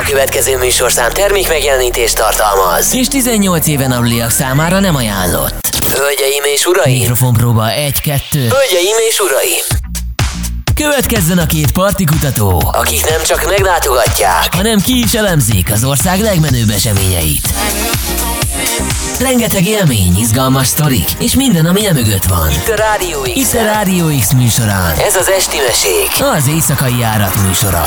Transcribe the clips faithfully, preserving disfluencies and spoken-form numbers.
A következő műsorszám termék megjelenítést tartalmaz, és tizennyolc éven aluliak számára nem ajánlott. Hölgyeim és uraim! Mikrofonpróba egy kettő. Hölgyeim és uraim! Következzen a két partikutató, akik nem csak meglátogatják, hanem ki is elemzik az ország legmenőbb eseményeit. Rengeteg élmény, izgalmas sztorik, és minden, ami emögött van. Itt a Rádió X. Itt a Rádió X műsorán. Ez az Esti Mesék, az éjszakai járat műsora.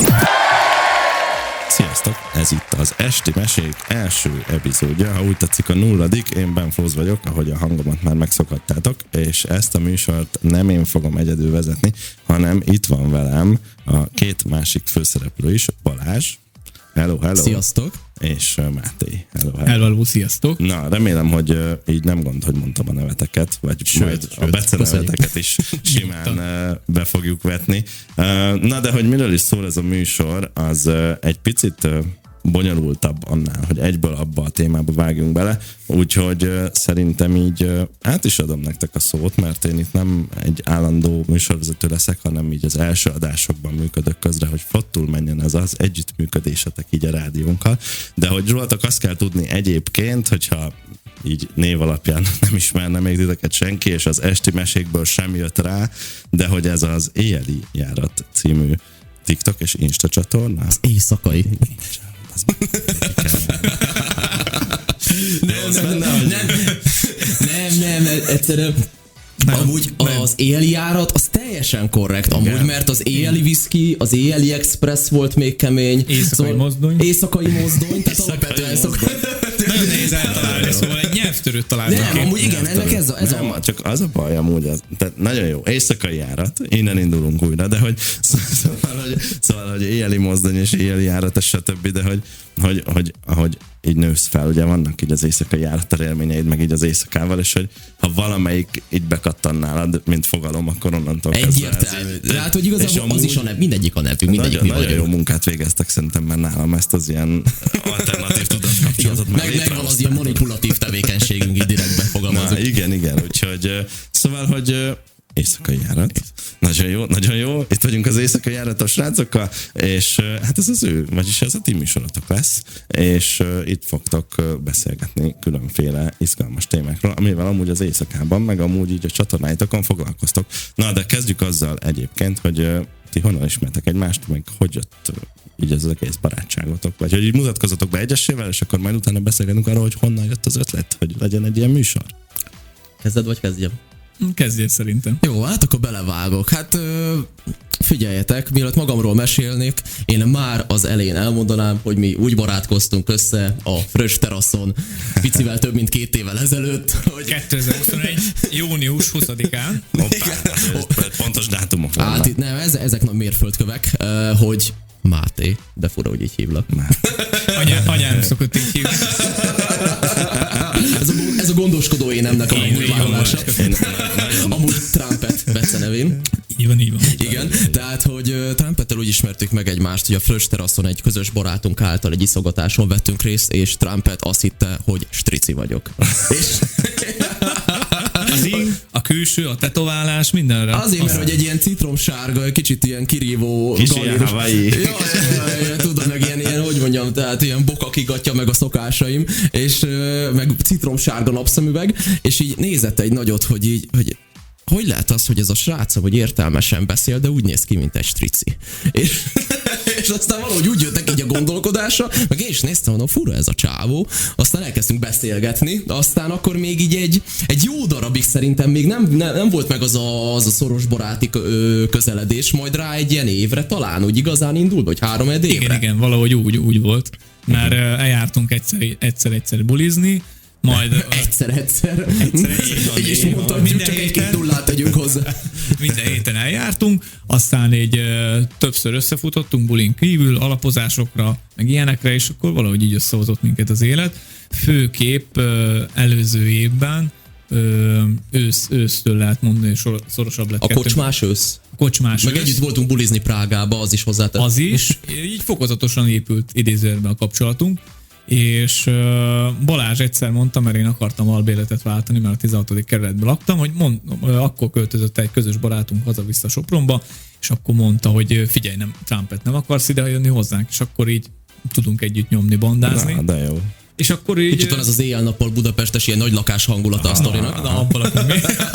Sziasztok! Ez itt az Esti Mesék első epizódja, ha úgy tetszik a nulladik. Én Ben Fóz vagyok, ahogy a hangomat már megszokhattátok, és ezt a műsort nem én fogom egyedül vezetni, hanem itt van velem a két másik főszereplő is, Balázs. Hello, hello! Sziasztok! És uh, Máté. Hello, hello. Hello, hello, sziasztok! Na, remélem, hogy uh, így nem gond, hogy mondtam a neveteket, vagy sőt, majd sőt, a beceneveteket is simán uh, be fogjuk vetni. Uh, na, de hogy miről is szól ez a műsor, az uh, egy picit uh, bonyolultabb annál, hogy egyből abba a témába vágjunk bele, úgyhogy uh, szerintem így uh, át is adom nektek a szót, mert én itt nem egy állandó műsorvezető leszek, hanem így az első adásokban működök közre, hogy flottul menjen ez az együttműködésetek így a rádiónkkal, de hogy rólatok azt kell tudni egyébként, hogyha így név alapján nem ismerne még titeket senki, és az Esti Mesékből sem jött rá, de hogy ez az Éjjeli Járat című TikTok és Insta csatorna. Az éjszakai. Nem, nem, nem, nem, nem, nem, egyszerűen nem, amúgy nem. Az éjjeli járat az teljesen korrekt, amúgy, igen. Mert az éjjeli whisky, az éjjeli express volt még kemény. Éjszakai szóval mozdony. Éjszakai mozdony, tehát alapvetően éjszakai. Nagyon nehéz eltalálni, szóval egy nyelvtörőt találni. Nem, amúgy igen, ennek ez a... Ez nem, a... csak az a baj amúgy, az, tehát nagyon jó, éjszakai járat, innen indulunk újra, de hogy szóval, hogy, szóval, hogy éjjeli mozdony és éjjeli járat, és stb., de hogy, hogy, hogy ahogy így nősz fel, ugye vannak így az éjszakai járat élményeid, meg így az éjszakával, és hogy ha valamelyik így bekattan nálad, mint fogalom, akkor onnantól kezdve. Egyértelmű. Tehát, hogy igazából az is a nev, mindegyik a nevünk, mindegyik nagyon, nagyon jó munkát végeztek szerintem már nálam ezt az ilyen alternatív tudatkapcsolatot. Meg, megvan az ilyen manipulatív tevékenységünk, így direktbe fogalmazunk. Na, igen, igen, úgyhogy szóval, hogy éjszakai járat. Nagyon jó, nagyon jó. Itt vagyunk az éjszakai járatos srácokkal, és hát ez az ő, vagyis ez a ti műsorotok lesz, és itt fogtok beszélgetni különféle izgalmas témákról, amivel amúgy az éjszakában, meg amúgy így a csatornáitokon foglalkoztok. Na, de kezdjük azzal egyébként, hogy ti honnan ismertek egymást, meg hogy jött így az egész barátságotok, vagy hogy így mutatkozatok be egyesével, és akkor majd utána beszélgetünk arról, hogy honnan jött az ötlet, hogy legyen egy ilyen műsor. Kezded, vagy kezdjem? Kezdjél szerintem. Jó, hát akkor belevágok. Hát figyeljetek, mielőtt magamról mesélnék, én már az elején elmondanám, hogy mi úgy barátkoztunk össze a Frös teraszon picivel több mint két évvel ezelőtt, hogy... kétezer-huszonegy. június huszadikán. Hoppá, pontos dátumok vannak. Hát itt nem, ezek nagy mérföldkövek, hogy Máté, de fura, hogy így hívlak. Anya, anyám szokott így hívni. Ez a, ez a gondoskodó énemnek a megnyilvánulása. Amúgy Trumpet becenevén. Így van, így van. Igen, tehát, hogy Trumpettel úgy ismertük meg egymást, hogy a Frös teraszon egy közös barátunk által egy iszogatáson vettünk részt, és Trumpet azt hitte, hogy strici vagyok. És... Az ing, a külső, a tetoválás, mindenre. Azért, mert hogy egy ilyen citromsárga, kicsit ilyen kirívó... Kicsi ilyen Hawaii. Ja, tudom, meg ilyen, ilyen, hogy mondjam, tehát ilyen bokakigatja meg a szokásaim, és meg citromsárga napszemüveg, és így nézett egy nagyot, hogy így, hogy hogy lehet az, hogy ez a srác, hogy értelmesen beszél, de úgy néz ki, mint egy strici. És, és aztán valahogy úgy jöttek így a gondolkodása, meg én is néztem, mondom, fura ez a csávó, aztán elkezdtünk beszélgetni, de aztán akkor még így egy, egy jó darabig szerintem még nem, nem, nem volt meg az a, az a szoros baráti közeledés, majd rá egy ilyen évre talán úgy igazán indult, vagy három évre. Igen, igen, valahogy úgy, úgy volt. Már uh-huh. eljártunk egyszer-egyszer bulizni, majd... Egyszer-egyszer. Egyszer-egyszer. És mondtam, hogy csak egy-két nullát tegyünk hozzá. Minden héten eljártunk, aztán így ö, többször összefutottunk bulin kívül, alapozásokra, meg ilyenekre, és akkor valahogy így összehozott minket az élet. Főképp ö, előző évben, ö, ősz, ősztől lehet mondani, és szorosabb lett. A kocsmás ősz? A kocsmás meg ősz. együtt voltunk bulizni Prágába, az is hozzátett. Az is. Így fokozatosan épült idézőjelben a kapcsolatunk. És uh, Balázs egyszer mondta, mert én akartam albérletet váltani, mert a tizenhatodik kerületben laktam, hogy mond, uh, akkor költözött egy közös barátunk haza-vissza Sopronba, és akkor mondta, hogy figyelj, nem, Trumpet nem akarsz ide jönni hozzánk, és akkor így tudunk együtt nyomni, bandázni. Na, de jó. És akkor így... Kicsit van ez az éjjel-nappal budapestes ilyen nagy lakás hangulata a sztorinak. Na, abban lakunk mi.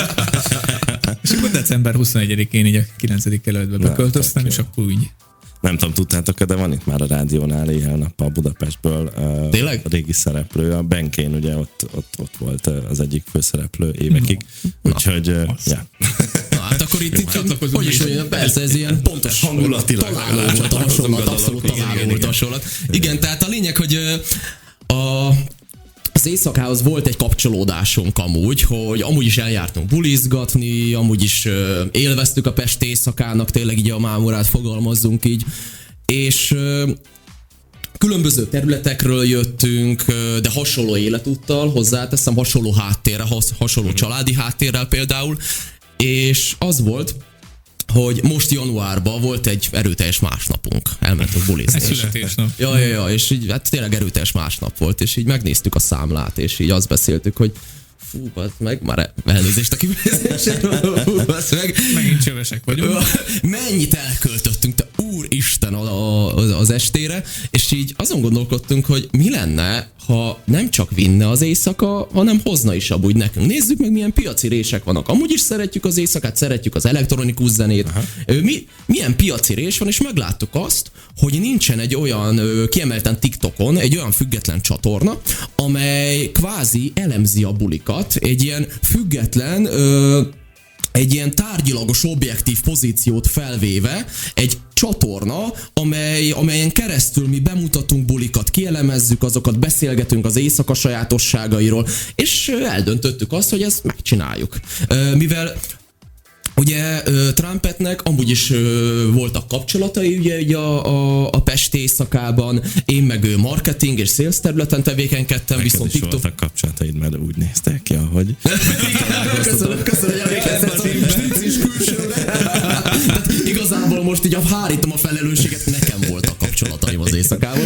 És akkor december huszonegyedikén így a kilencedik kerületbe beköltöztem, és akkor úgy... Nem tudom, tudtátok, de van itt már a rádiónál éjjel-nappal Budapestből Tényleg? A régi szereplő, a Benkén ugye ott, ott, ott volt az egyik főszereplő évekig. Na. Úgyhogy, uh, ja. Na, hát akkor itt, itt hogy is mondjam, persze ez ilyen pontos hangulatilag találó volt a hasonlat, abszolút találó volt a hasonlat. Igen, tehát a lényeg, hogy a az éjszakához volt egy kapcsolódásunk amúgy, hogy amúgy is eljártunk bulizgatni, amúgy is ö, élveztük a pesti éjszakának, tényleg így a mámorát fogalmazzunk így, és ö, különböző területekről jöttünk, ö, de hasonló életúttal, hozzáteszem, hasonló háttérre, has, hasonló családi háttérrel például, és az volt, hogy most januárban volt egy erőteljes másnapunk. Elmentünk bulizni. Születésnap. Ja, ja, ja, és így hát tényleg erőteljes másnap volt, és így megnéztük a számlát, és így azt beszéltük, hogy fú, az meg, már elnézést a kifejezésről, fú, az meg. Megint csövesek vagyunk. Mennyit elköltöttünk, te úristen az estére, és így azon gondolkodtunk, hogy mi lenne, ha nem csak vinne az éjszaka, hanem hozna is amúgy nekünk. Nézzük meg, milyen piaci rések vannak. Amúgy is szeretjük az éjszakát, szeretjük az elektronikus zenét. Mi, milyen piaci rés van, és megláttuk azt, hogy nincsen egy olyan, kiemelten TikTokon, egy olyan független csatorna, amely kvázi elemzi a bulikat, egy ilyen független, ö, egy ilyen tárgyilagos, objektív pozíciót felvéve, egy csatorna, amely, amelyen keresztül mi bemutatunk bulikat, kielemezzük azokat, beszélgetünk az éjszaka sajátosságairól, és eldöntöttük azt, hogy ezt megcsináljuk. Mivel ugye Trumpetnek amúgy is voltak kapcsolatai ugye, ugye a, a, a pesti éjszakában, én meg marketing és sales területen tevékenykedtem, neked viszont is TikTok... voltak kapcsolataid, mert úgy néztek ki, ahogy... Köszönöm, köszönöm, hogy emlékeztetsz a stícis külsőre. Igazából most így hárítom a felelősséget, nekem voltak kapcsolataim az éjszakában.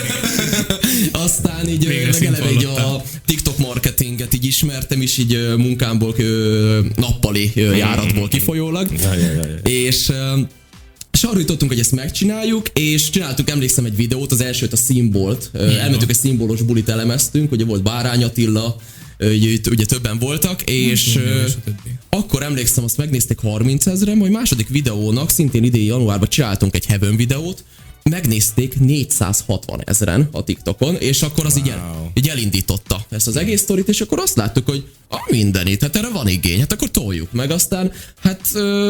Aztán így meg eleve így a TikTok marketinget így ismertem is, így munkámból, nappali járatból kifolyólag. És... És arra jutottunk, hogy ezt megcsináljuk, és csináltuk, emlékszem, egy videót, az elsőt a színbolt. Elmentünk egy színbolos bulit, elemeztünk, ugye volt Bárány Attila, ugye, ugye többen voltak, és akkor emlékszem, azt megnézték harmincezren, majd második videónak, szintén idén januárban csináltunk egy Heaven videót, megnézték négyszázhatvan ezren a TikTokon, és akkor az wow. így, el, így elindította ezt az egész sztorit, és akkor azt láttuk, hogy a mindenit, hát erre van igény, hát akkor toljuk meg, aztán hát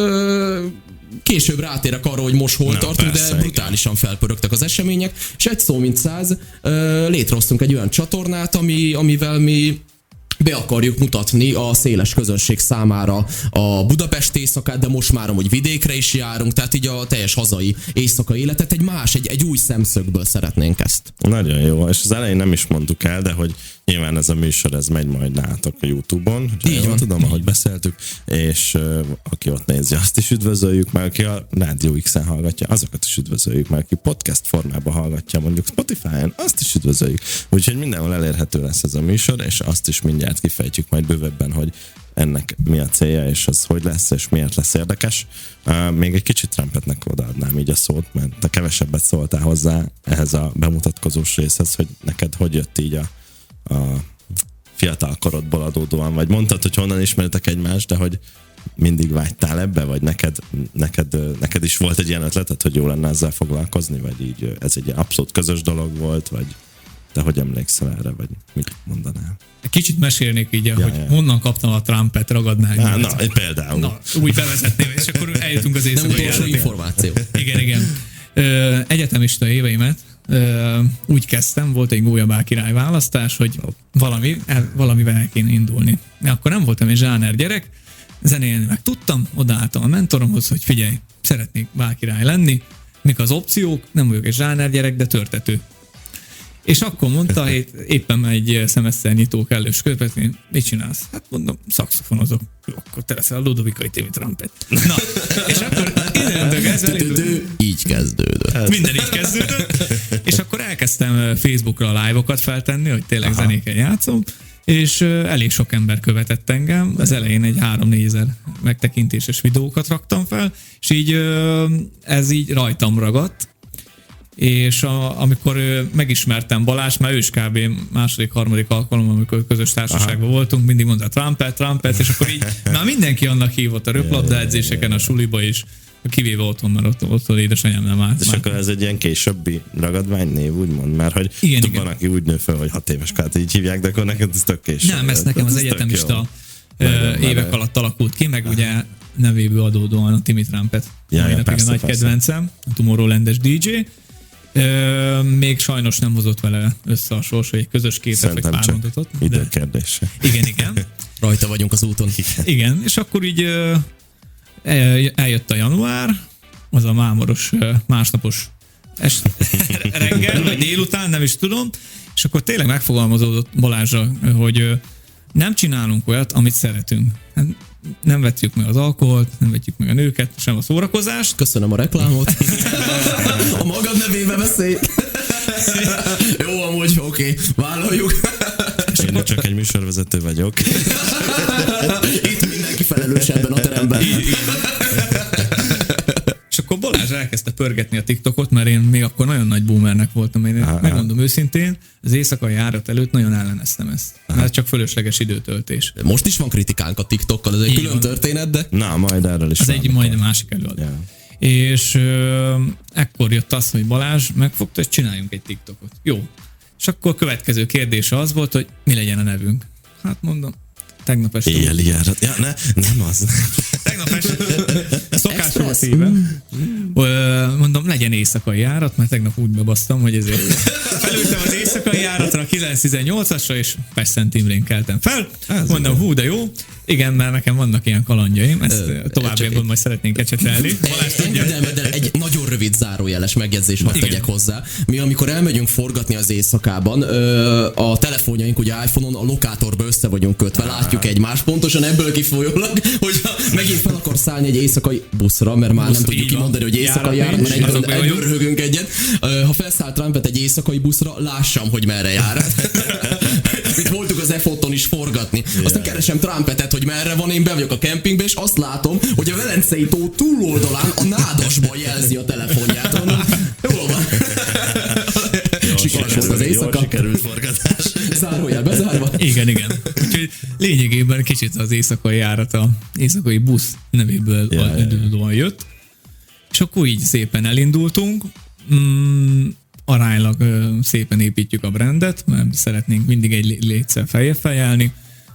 ö, később rátérek arra, hogy most hol Na, tartunk, persze, de brutálisan igen. felpörögtek az események, és egy szó mint száz ö, létrehoztunk egy olyan csatornát, ami, amivel mi be akarjuk mutatni a széles közönség számára a Budapest éjszakát, de most már amúgy vidékre is járunk, tehát így a teljes hazai éjszakai életet egy más, egy, egy új szemszögből szeretnénk ezt. Nagyon jó, és az elején nem is mondtuk el, de hogy nyilván ez a műsor, ez megy majd nálatok a YouTube-on, így van, tudom, ahogy beszéltük, és uh, aki ott nézi, azt is üdvözöljük, mert aki a Rádió X-en hallgatja, azokat is üdvözöljük, mert aki podcast formában hallgatja, mondjuk Spotify-on, azt is üdvözöljük. Úgyhogy mindenhol elérhető lesz ez a műsor, és azt is mindjárt kifejtjük majd bővebben, hogy ennek mi a célja, és az hogy lesz, és miért lesz érdekes. Uh, még egy kicsit Trumpetnek odaadnám így a szót, mert te kevesebbet szóltál hozzá ehhez a bemutatkozós részhez, hogy neked hogy jött így a a fiatal korodból adódóan, vagy mondtad, hogy honnan ismertek egymást, de hogy mindig vágytál ebbe, vagy neked, neked, neked is volt egy ilyen ötleted, hogy jó lenne ezzel foglalkozni, vagy így ez egy abszolút közös dolog volt, vagy te hogy emlékszel erre, vagy mit mondanál? Kicsit mesélnék így, ja, hogy ja. honnan kaptam a Trumpet, ragadnál. Á, na, például. Na, úgy bevezetném, és akkor eljutunk az éjszakai Nem utolsó információ. Igen, igen. Ö, egyetemista éveimet ö, úgy kezdtem, volt egy gólyabál király választás, hogy valami, el, valamivel el kéne indulni. De akkor nem voltam egy zsáner gyerek, zenélni meg tudtam, odaálltam a mentoromhoz, hogy figyelj, szeretnék bálkirály lenni, mik az opciók, nem vagyok egy zsáner gyerek, de törtető. És akkor mondta, hogy éppen egy szemeszternyitó kellős közvetlen, mit csinálsz? Hát mondom, szaxofonozok. Jó, akkor te leszel a Ludovikai té vé Trumpet. Na, és akkor innentől kezdve így kezdődött. Minden így kezdődött. És akkor elkezdtem Facebookra a live-okat feltenni, hogy tényleg Aha. zenéken játszom, és elég sok ember követett engem. Az elején egy három-négyezer megtekintéses videókat raktam fel, és így ez így rajtam ragadt. és a, amikor megismertem Balást, már ő is kb. második, harmadik alkalom, amikor közös társaságban Aha. voltunk, mindig mondta Trumpet, Trumpet, és akkor így már mindenki annak hívott a röplabda edzéseken, a suliba is, kivéve otthon, mert ott, otthon édesanyám nem állt. És már. Akkor ez egy ilyen későbbi ragadványnév, úgymond, mert hogy igen, tud, igen. van, aki úgy nő fel, hogy hat éves kát így hívják, de akkor neked ez tök később. Nem, ez nekem az egyetemista évek alatt alakult ki, meg ugye nevéből adódóan a Timmy Trumpet, ja, ja, a nagy kedvencem, a Tomorrowlandes dé dzsé. Ö, még sajnos nem hozott vele össze a sors, hogy egy közös képet vagy pár mondatot. Időkérdése. Igen, igen. Rajta vagyunk az úton. Igen, igen, és akkor így ö, eljött a január, az a mámoros másnapos est, reggel, vagy délután, nem is tudom, és akkor tényleg megfogalmazódott Balázsra, hogy nem csinálunk olyat, amit szeretünk. Nem vetjük meg az alkoholt, nem vetjük meg a nőket, sem a szórakozást. Köszönöm a reklámot. A magad nevébe beszélj. Jó, amúgy oké, okay. Vállaljuk. Én csak egy műsorvezető vagyok. Itt mindenki felelős ebben a teremben. És akkor Balázs elkezdte pörgetni a TikTokot, mert én még akkor nagyon nagy boomernek voltam. Én Aha. megmondom őszintén, az éjszakai járat előtt nagyon elleneztem ezt. Aha. Mert csak fölösleges időtöltés. De most is van kritikánk a TikTokkal, ez egy Így külön van. történet, de... Na, majd erről is Az egy majd a másik előadó. Yeah. És ö, ekkor jött az, hogy Balázs megfogta, és csináljunk egy TikTokot. Jó. És akkor a következő kérdése az volt, hogy mi legyen a nevünk. Hát mondom, tegnap este... Éjjeli járat. Ja, ne, nem az. Tegnap este szokásról a szíve. Mondom, legyen éjszakai járat, mert tegnap úgy bebasztam, hogy ezért felültem az éjszakai járatra, a kilenc tizennyolcasra, és Pest-Szent Imrén keltem fel. Ez mondom, hú, de jó. Igen, mert nekem vannak ilyen kalandjaim, ezt továbbiakban majd szeretnénk ecsetelni. De, de egy nagyon rövid zárójeles megjegyzés hadd tegyek hozzá. Mi amikor elmegyünk forgatni az éjszakában, a telefonjaink ugye iPhone-on a lokátorba össze vagyunk kötve, látjuk egymást, pontosan ebből kifolyólag, hogy megint fel akar szállni egy éjszakai buszra, mert már Busz, nem tudjuk kimondani, hogy éjszakai járat, mert egyből, egyből röhögünk egyet. Ha felszáll Trumpet egy éjszakai buszra, lássam, hogy merre jár. Mint voltunk az F öt-on is forgatni. Yeah. Aztán keresem Trumpetet, hogy merre van, én be vagyok a kempingbe, és azt látom, hogy a Velencei tó túloldalán a nádasban jelzi a telefonját. Mondom, jól van. Sikeres volt az éjszaka. Jól sikerült forgatás. Zárójel bezárva. Igen, igen. Úgyhogy lényegében kicsit az éjszakai járat, a éjszakai busz nevéből yeah, yeah. jött. És akkor így szépen elindultunk. Mm, aránylag ö, szépen építjük a brandet, mert szeretnénk mindig egy létszer feljebb fejelni,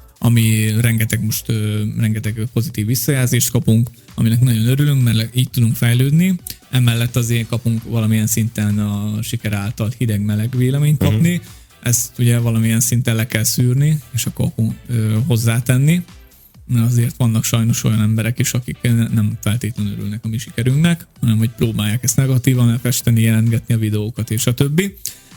ami rengeteg most ö, rengeteg pozitív visszajelzést kapunk, aminek nagyon örülünk, mert így tudunk fejlődni. Emellett azért kapunk valamilyen szinten a siker által hideg-meleg véleményt kapni. Uh-huh. Ezt ugye valamilyen szinten le kell szűrni, és akkor ö, hozzátenni. Azért vannak sajnos olyan emberek is, akik nem feltétlenül örülnek a mi sikerünknek, hanem hogy próbálják ezt negatívan elfesteni, jelentgetni a videókat és a többi,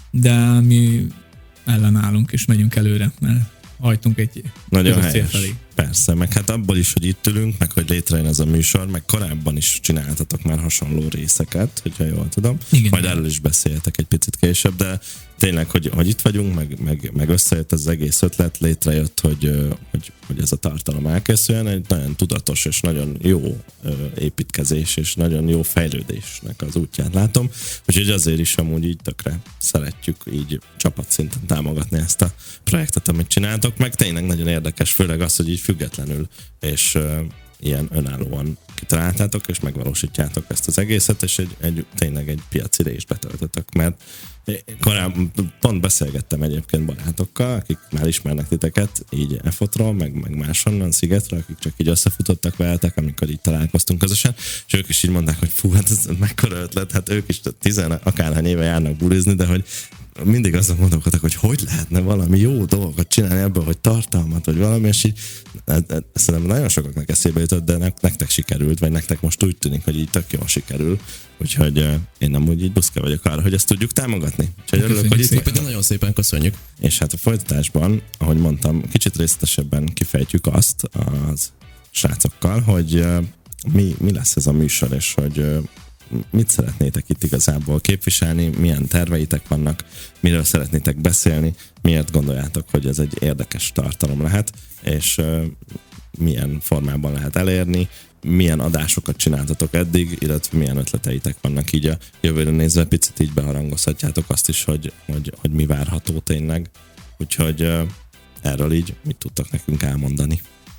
de mi ellenállunk és megyünk előre, mert hajtunk egy nagyon helyes. Felé. Persze, meg hát abból is, hogy itt ülünk, meg hogy létrejön ez a műsor, meg korábban is csináltatok már hasonló részeket, hogyha jól tudom. Igen, majd erről is beszéltek egy picit később, de tényleg, hogy, hogy itt vagyunk, meg, meg, meg összejött az egész ötlet, létrejött, hogy, hogy, hogy ez a tartalom elkészüljön, egy nagyon tudatos és nagyon jó építkezés, és nagyon jó fejlődésnek az útját látom. Úgyhogy azért is amúgy így tökre szeretjük így csapatszinten támogatni ezt a projektet, amit csináltok, meg tényleg nagyon érdekes, főleg az, hogy így függetlenül és uh, ilyen önállóan kitaláltátok, és megvalósítjátok ezt az egészet, és egy, egy, tényleg egy piaci részt betöltötök, mert korábban pont beszélgettem egyébként barátokkal, akik már ismernek titeket, így F ötről, meg, meg máshonnan, Szigetről, akik csak így összefutottak veletek, amikor így találkoztunk közösen, és ők is így mondták, hogy fú, hát ez mekkora ötlet, hát ők is tizen akárhány éve járnak bulizni, de hogy mindig azon gondolkodtak, hogy hogy lehetne valami jó dolgot csinálni ebből, hogy tartalmat, vagy valami, és így szerintem nagyon sokaknak eszébe jutott, de nektek sikerült, vagy nektek most úgy tűnik, hogy így tök jól sikerül. Úgyhogy én nem úgy így buszka vagyok arra, hogy ezt tudjuk támogatni. Úgyhogy örülök, hogy itt szépen, nagyon szépen köszönjük. És hát a folytatásban, ahogy mondtam, kicsit részletesebben kifejtjük azt az srácokkal, hogy mi, mi lesz ez a műsor, és hogy mit szeretnétek itt igazából képviselni, milyen terveitek vannak, miről szeretnétek beszélni, miért gondoljátok, hogy ez egy érdekes tartalom lehet, és uh, milyen formában lehet elérni, milyen adásokat csináltatok eddig, illetve milyen ötleteitek vannak így a jövőre nézve, picit így beharangozhatjátok azt is, hogy, hogy, hogy mi várható tényleg. Úgyhogy erről így mit tudtak nekünk elmondani?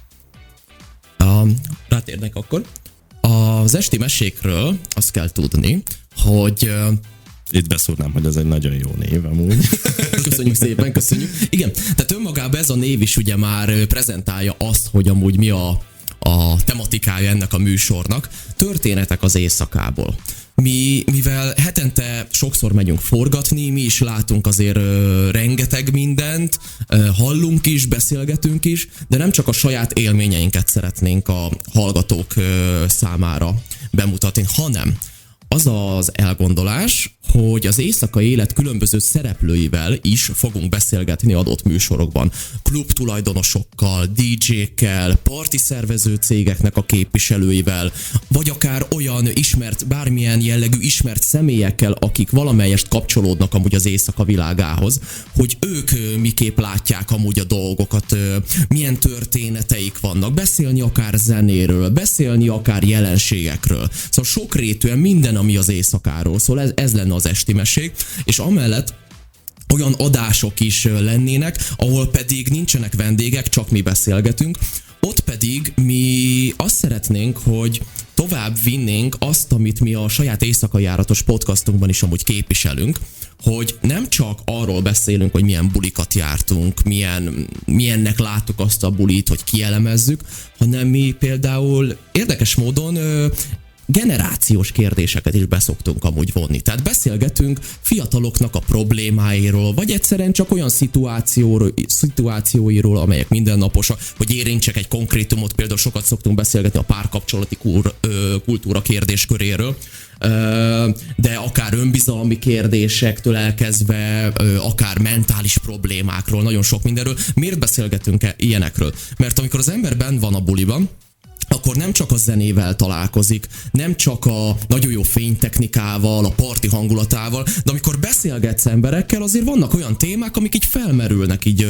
Um, rátérnek akkor. Az esti mesékről azt kell tudni, hogy... Uh, Itt beszúrnám, hogy ez egy nagyon jó név amúgy. Köszönjük szépen, köszönjük. Igen, tehát önmagában ez a név is ugye már prezentálja azt, hogy amúgy mi a, a tematikája ennek a műsornak. Történetek az éjszakából. Mi, mivel hetente sokszor megyünk forgatni, mi is látunk azért ö, rengeteg mindent, ö, hallunk is, beszélgetünk is, de nem csak a saját élményeinket szeretnénk a hallgatók ö, számára bemutatni, hanem az az elgondolás, hogy az éjszakai élet különböző szereplőivel is fogunk beszélgetni adott műsorokban. Klub tulajdonosokkal, dé dzsékkel, parti szervező cégeknek a képviselőivel, vagy akár olyan ismert, bármilyen jellegű ismert személyekkel, akik valamelyest kapcsolódnak amúgy az éjszaka világához, hogy ők miképp látják amúgy a dolgokat, milyen történeteik vannak, beszélni akár zenéről, beszélni akár jelenségekről. Szóval sokrétűen minden, ami az éjszakáról szól, ez, ez lenne az esti mesék, és amellett olyan adások is lennének, ahol pedig nincsenek vendégek, csak mi beszélgetünk, ott pedig mi azt szeretnénk, hogy tovább vinnénk azt, amit mi a saját éjszakai járatos podcastunkban is amúgy képviselünk, hogy nem csak arról beszélünk, hogy milyen bulikat jártunk, milyen, milyennek láttuk azt a bulit, hogy kielemezzük, hanem mi például érdekes módon generációs kérdéseket is beszoktunk amúgy vonni. Tehát beszélgetünk fiataloknak a problémáiról, vagy egyszerűen csak olyan szituációiról, amelyek mindennaposak, hogy érintsek egy konkrétumot, például sokat szoktunk beszélgetni a párkapcsolati kultúra kérdésköréről, de akár önbizalmi kérdésektől elkezdve, akár mentális problémákról, nagyon sok mindenről. Miért beszélgetünk ilyenekről? Mert amikor az ember benn van a buliban, akkor nem csak a zenével találkozik, nem csak a nagyon jó fénytechnikával, a parti hangulatával, de amikor beszélgetsz emberekkel, azért vannak olyan témák, amik így felmerülnek így ö,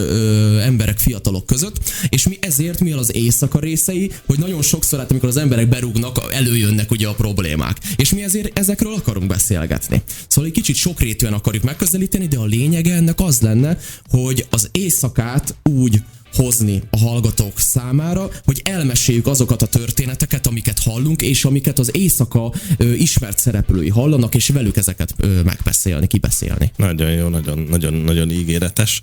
ö, emberek, fiatalok között, és mi ezért, mivel az éjszaka részei, hogy nagyon sokszor, hát amikor az emberek berúgnak, előjönnek ugye a problémák. És mi ezért ezekről akarunk beszélgetni. Szóval egy kicsit sokrétűen akarjuk megközelíteni, de a lényege ennek az lenne, hogy az éjszakát úgy hozni a hallgatók számára, hogy elmeséljük azokat a történeteket, amiket hallunk, és amiket az éjszaka ö, ismert szereplői hallanak, és velük ezeket ö, megbeszélni, kibeszélni. Nagyon jó, nagyon, nagyon, nagyon ígéretes,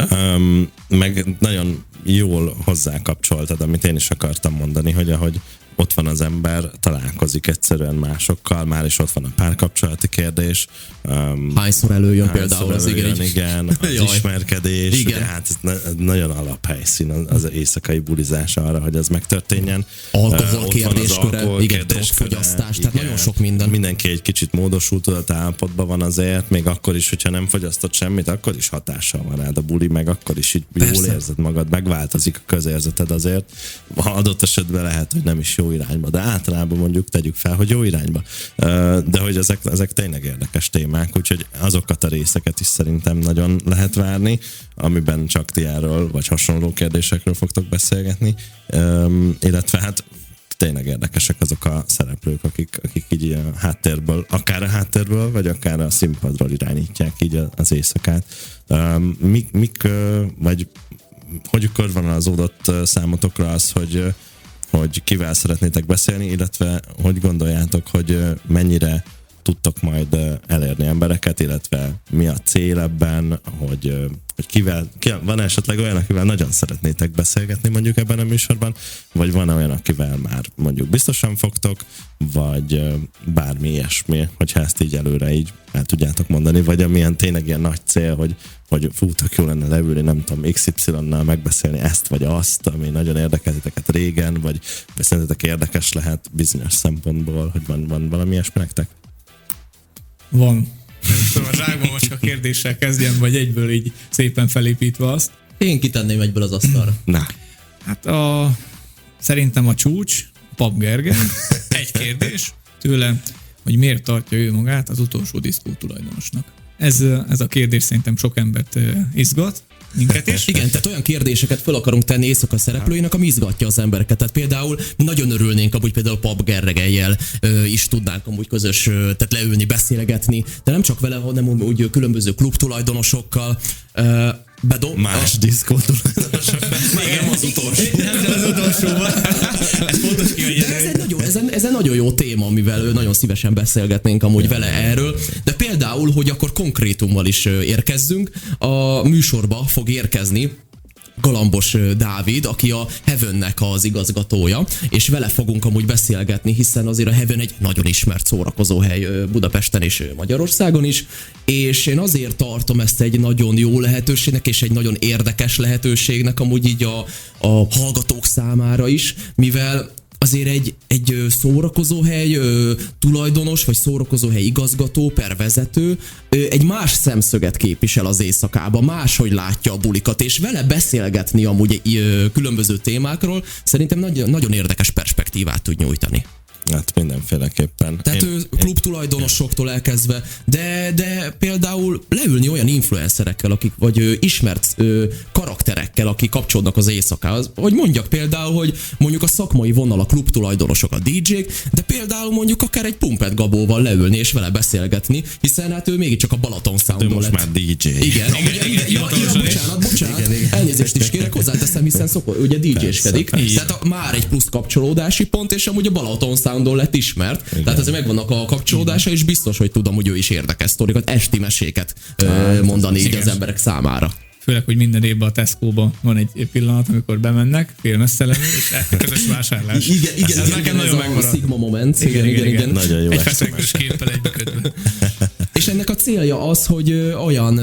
um, meg nagyon jól hozzákapcsoltad, amit én is akartam mondani, hogy ahogy ott van az ember, találkozik egyszerűen másokkal, már is ott van a párkapcsolati kérdés. Um, hányszor előjön hányszor például az előjön, igen, igen, az ismerkedés, igen. Hát ez nagyon alaphelyszín az éjszakai bulizás arra, hogy ez megtörténjen. Alkohol uh, kérdésköre, igen, drogfogyasztás, tehát nagyon sok minden. Mindenki egy kicsit módosult tudatállapotban van azért, még akkor is, hogyha nem fogyasztott semmit, akkor is hatással van rád a buli, meg akkor is így jól érzed magad, megváltozik a közérzeted azért. Ha adott esetben lehet, hogy nem is jó irányba, de általában mondjuk tegyük fel, hogy jó irányba. De hogy ezek, ezek tényleg érdekes témák, úgyhogy azokat a részeket is szerintem nagyon lehet várni, amiben csak ti erről, vagy hasonló kérdésekről fogtok beszélgetni, illetve hát tényleg érdekesek azok a szereplők, akik, akik így a háttérből, akár a háttérből, vagy akár a színpadról irányítják így az éjszakát. Mik, mik vagy hogy körvonalazódott számotokra az, hogy hogy kivel szeretnétek beszélni, illetve hogy gondoljátok, hogy mennyire tudtok majd elérni embereket, illetve mi a cél ebben, hogy, hogy kivel, kivel, van esetleg olyan, akivel nagyon szeretnétek beszélgetni mondjuk ebben a műsorban, vagy van olyan, akivel már mondjuk biztosan fogtok, vagy bármi ilyesmi, hogyha ezt így előre így el tudjátok mondani, vagy amilyen tényleg ilyen nagy cél, hogy hogy fú, tök jó lenne leülni, nem tudom, iksz ipszilonnal megbeszélni ezt vagy azt, ami nagyon érdekel titeket régen, vagy szerintetek érdekes lehet bizonyos szempontból, hogy van, van valami ilyesmi nektek? Van. Nem tudom, a zsákban most a kérdéssel kezdjem, vagy egyből így szépen felépítve azt. Én kitenném egyből az asztalra. Na. Hát a, szerintem a csúcs, Pap Gergely, egy kérdés tőle, hogy miért tartja ő magát az utolsó diszkó tulajdonosnak. Ez, ez a kérdés szerintem sok embert izgat, minket is. Igen, tehát olyan kérdéseket fel akarunk tenni éjszaka szereplőinek, ami izgatja az embereket. Tehát például nagyon örülnénk, amúgy például Pap Gergelyel is tudnánk amúgy közös, tehát leülni, beszélgetni, de nem csak vele, hanem úgy különböző klubtulajdonosokkal. Bedom, Más diszkótulajdonosok. Nem az utolsó. Nem az utolsó. Ez fontos ki, hogy ez egy nagyon, ez, ez egy nagyon jó téma, amivel nagyon szívesen beszélgetnénk amúgy vele erről. De például, hogy akkor konkrétummal is érkezzünk, a műsorba fog érkezni Galambos Dávid, aki a Heavennek az igazgatója, és vele fogunk amúgy beszélgetni, hiszen azért a Heaven egy nagyon ismert szórakozóhely Budapesten és Magyarországon is, és én azért tartom ezt egy nagyon jó lehetőségnek, és egy nagyon érdekes lehetőségnek amúgy így a, a hallgatók számára is, mivel azért egy, egy szórakozóhely ö, tulajdonos, vagy szórakozóhely igazgató, per vezető ö, egy más szemszöget képvisel az éjszakában, máshogy látja a bulikat, és vele beszélgetni amúgy ö, különböző témákról szerintem nagyon, nagyon érdekes perspektívát tud nyújtani. Hát mindenféleképpen. Tehát én, klubtulajdonosoktól elkezdve, de, de például leülni olyan influencerekkel, akik, vagy ö, ismert ö, karakterekkel, akik kapcsolódnak az éjszakához. Hogy mondjak például, hogy mondjuk a szakmai vonal a klubtulajdonosok, a dé dzsék, de például mondjuk akár egy Pumpet Gabóval leülni és vele beszélgetni, hiszen hát ő mégiscsak a Balaton Soundon most lett. Már dé dzsé. Igen, bocsánat, bocsánat, igen, igen. Elnézést is kérek, hozzáteszem, hiszen szokó, ugye dé dzséskedik. Tehát a, már egy plusz kapcsolódási pont, és amúgy a Balaton Soundon lett ismert. Igen. Tehát azért megvannak a kapcsolódása, és biztos, hogy tudom, hogy ő is érdekes sztorikat, esti meséket hát, mondani így az emberek számára. Főleg, hogy minden évben a Tesco-ba van egy pillanat, amikor bemennek, fél messze lenni, és közös vásárlás. Igen, igen, ez igen, nekem nagyon megmarad. Sigma moment. Igen, igen, igen. igen. Nagyon jó. Egy feszengős képpel egy ködben. És ennek a célja az, hogy olyan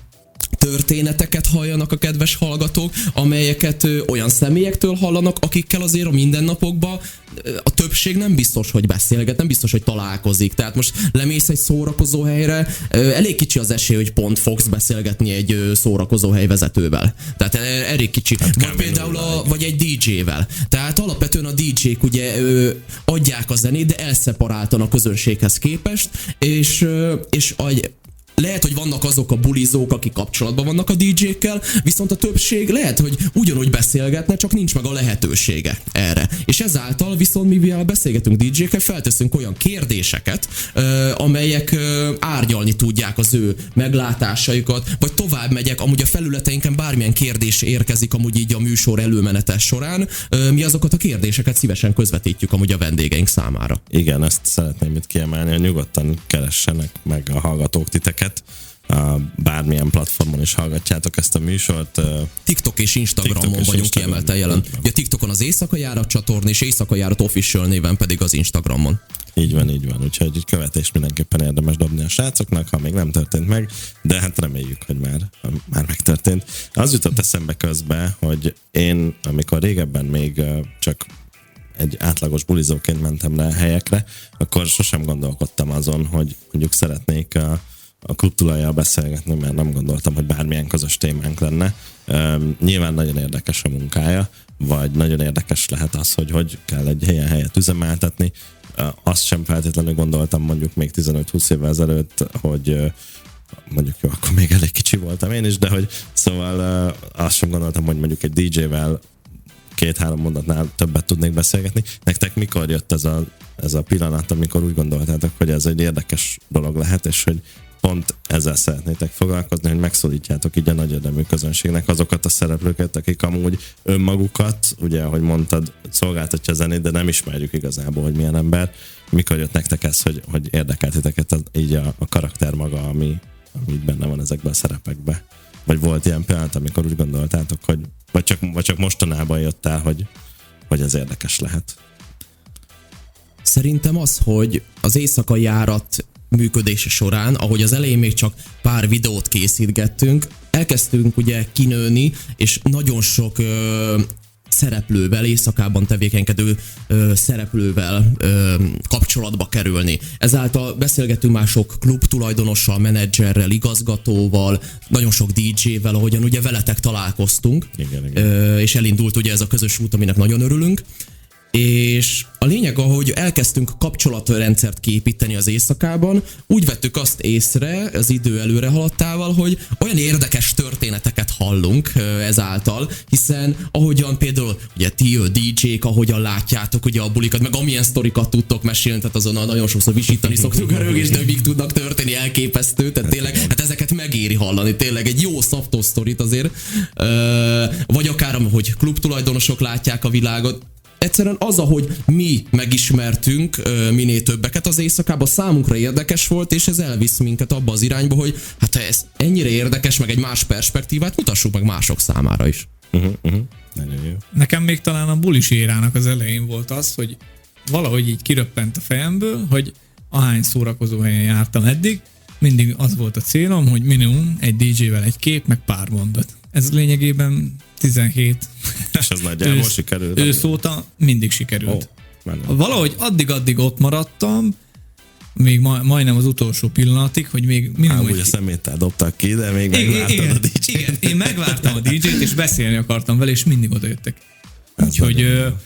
történeteket halljanak a kedves hallgatók, amelyeket ö, olyan személyektől hallanak, akikkel azért a mindennapokban ö, a többség nem biztos, hogy beszélget, nem biztos, hogy találkozik. Tehát most lemész egy szórakozóhelyre, ö, elég kicsi az esély, hogy pont fogsz beszélgetni egy ö, szórakozóhely vezetővel. Tehát ö, elég kicsi. Hát vagy például a, vagy egy dé dzsével. Tehát alapvetően a dé dzsék ugye ö, adják a zenét, de elszeparáltan a közönséghez képest, és, ö, és a, lehet, hogy vannak azok a bulizók, akik kapcsolatban vannak a dé dzsékkel, viszont a többség lehet, hogy ugyanúgy beszélgetne, csak nincs meg a lehetősége erre. És ezáltal viszont mivel beszélgetünk dé dzsékkel, felteszünk olyan kérdéseket, amelyek árnyalni tudják az ő meglátásaikat, vagy tovább megyek, amúgy a felületeinken bármilyen kérdés érkezik amúgy így a műsor előmenetes során, mi azokat a kérdéseket szívesen közvetítjük amúgy a vendégeink számára. Igen, ezt szeretném itt kiemelni, hogy nyugodtan keressenek meg a hallgatók titeket. A bármilyen platformon is hallgatjátok ezt a műsort. TikTok és Instagramon TikTok és vagyunk kiemelten jelen. Ugye TikTokon az Éjszaka Járat csatorna, és Éjszaka Járat Official néven pedig az Instagramon. Így van, így van. Úgyhogy egy követést mindenképpen érdemes dobni a srácoknak, ha még nem történt meg, de hát reméljük, hogy már, már megtörtént. Az jutott eszembe közben, hogy én, amikor régebben még csak egy átlagos bulizóként mentem le helyekre, akkor sosem gondolkodtam azon, hogy mondjuk szeretnék a, a klubtulajjal beszélgetni, mert nem gondoltam, hogy bármilyen közös témánk lenne. Üm, nyilván nagyon érdekes a munkája, vagy nagyon érdekes lehet az, hogy hogy kell egy helyen helyet üzemeltetni. Azt sem feltétlenül gondoltam mondjuk még tizenöt-húsz évvel ezelőtt, hogy mondjuk jó, akkor még elég kicsi voltam én is, de hogy szóval azt sem gondoltam, hogy mondjuk egy dé dzsével két-három mondatnál többet tudnék beszélgetni. Nektek mikor jött ez a, ez a pillanat, amikor úgy gondoltátok, hogy ez egy érdekes dolog lehet, és hogy pont ezzel szeretnétek foglalkozni, hogy megszólítjátok így a nagy érdemű közönségnek azokat a szereplőket, akik amúgy önmagukat, ugye, ahogy mondtad, szolgáltatja a zenét, de nem ismerjük igazából, hogy milyen ember. Mikor jött nektek ez, hogy, hogy érdekeltiteket az, így a, a karakter maga, ami, ami benne van ezekben a szerepekben? Vagy volt ilyen pillanat, amikor úgy gondoltátok, hogy vagy csak, vagy csak mostanában jött el, hogy, hogy ez érdekes lehet? Szerintem az, hogy az Éjszaka Járat működése során, ahogy az elején még csak pár videót készítgettünk, elkezdtünk ugye kinőni, és nagyon sok ö, szereplővel, éjszakában tevékenykedő ö, szereplővel ö, kapcsolatba kerülni. Ezáltal beszélgettünk már sok klub tulajdonossal, menedzserrel, igazgatóval, nagyon sok dé dzsével, ahogyan ugye veletek találkoztunk, igen, igen. Ö, és elindult ugye ez a közös út, aminek nagyon örülünk. És a lényeg, ahogy elkezdtünk kapcsolatrendszert kiépíteni az éjszakában, úgy vettük azt észre az idő előre haladtával, hogy olyan érdekes történeteket hallunk ezáltal, hiszen ahogyan például ugye ti dé dzsék, ahogyan látjátok ugye a bulikat, meg amilyen sztorikat tudtok mesélni, tehát azon nagyon sokszor visítani szoktuk a rögést, de mik tudnak történni, elképesztő, tehát tényleg, hát ezeket megéri hallani, tényleg egy jó szaftos sztorit azért, vagy akár, hogy klubtulajdonosok látják a világot. Egyszerűen az, ahogy mi megismertünk minél többeket az éjszakában, számunkra érdekes volt, és ez elvisz minket abba az irányba, hogy hát ha ez ennyire érdekes, meg egy más perspektívát, mutassuk meg mások számára is. Uh-huh, uh-huh. Nagyon jó. Nekem még talán a bulis érának az elején volt az, hogy valahogy így kiröppent a fejemből, hogy ahány szórakozó helyen jártam eddig, mindig az volt a célom, hogy minimum egy dé dzsével egy kép, meg pár mondat. Ez lényegében tizenhét és ez nagyjából ősz, sikerült. Ősz óta mindig sikerült. Oh, valahogy addig-addig ott maradtam, még ma, majdnem az utolsó pillanatig, hogy még minimum... Ám úgy a szeméttel dobtak ki, de még megvártad a dé dzsét. Igen, én megvártam a dé dzsét, és beszélni akartam vele, és mindig odajöttek. Úgyhogy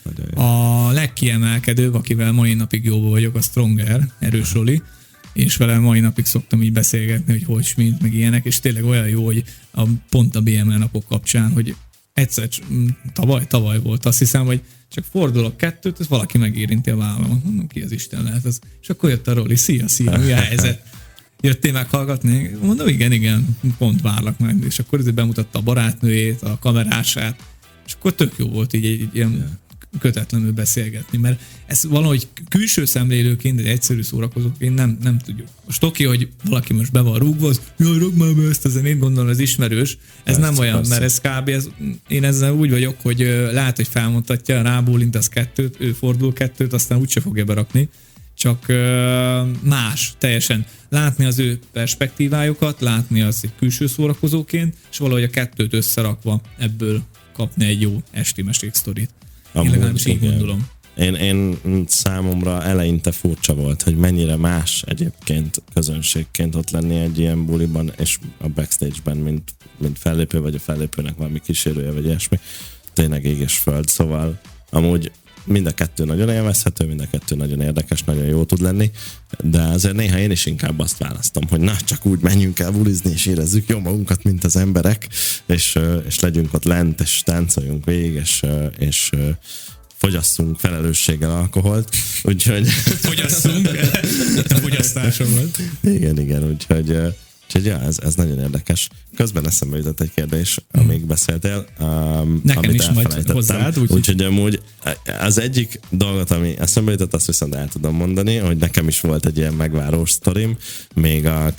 a legkiemelkedőbb, akivel mai napig jóban vagyok, a Stronger, Erős Roli, és vele mai napig szoktam így beszélgetni, hogy hogy, mint, meg ilyenek, és tényleg olyan jó, hogy a, pont a bé em el napok kapcsán, hogy egyszer tavaly, tavaly volt, azt hiszem, hogy csak fordulok kettőt, ez valaki megérinti a vállamat. Mondom, ki az Isten lehet ez? És akkor jött a Roli, szia, szia, mi a helyzet? Jöttél meghallgatni? Mondom, igen, igen, pont várlak meg. És akkor ezért bemutatta a barátnőjét, a kamerását, és akkor tök jó volt így egy, egy ilyen kötetlenül beszélgetni, mert ez valahogy külső szemlélőként, egy egyszerű szórakozóként nem, nem tudjuk. Most oké, hogy valaki most be van rúgva, az, jaj, rúg már be ezt a zenét, gondolom ez ismerős. Ez persze, nem olyan, persze. Mert ez kb. Ez, én ezzel úgy vagyok, hogy lehet, hogy felmutatja, rábólint az kettőt, ő fordul kettőt, aztán úgyse fogja berakni. Csak más, teljesen. Látni az ő perspektívájukat, látni az egy külső szórakozóként, és valahogy a kettőt összerakva ebből kapni egy jó esti mesék sztorit. Én legalábbis így gondolom. Én, én számomra eleinte furcsa volt, hogy mennyire más egyébként közönségként ott lenni egy ilyen buliban, és a backstage-ben, mint, mint fellépő, vagy a fellépőnek valami kísérője, vagy ilyesmi. Tényleg ég és föld, szóval amúgy mind a kettő nagyon élvezhető, mind a kettő nagyon érdekes, nagyon jó tud lenni, de azért néha én is inkább azt választom, hogy na, csak úgy menjünk el bulizni, és érezzük jó magunkat, mint az emberek, és, és legyünk ott lent, és táncoljunk végig, és, és fogyasszunk felelősséggel alkoholt, úgyhogy... Fogyasszunk? A fogyasztásom volt. Igen, igen, úgyhogy... Úgyhogy ja, ez, ez nagyon érdekes. Közben eszembe jutott egy kérdés, amíg beszéltél, um, nekem amit is majd hozzád. Úgyhogy úgy, amúgy az egyik dolgot, ami eszembe jutott, azt viszont el tudom mondani, hogy nekem is volt egy ilyen megvárós sztorim, még a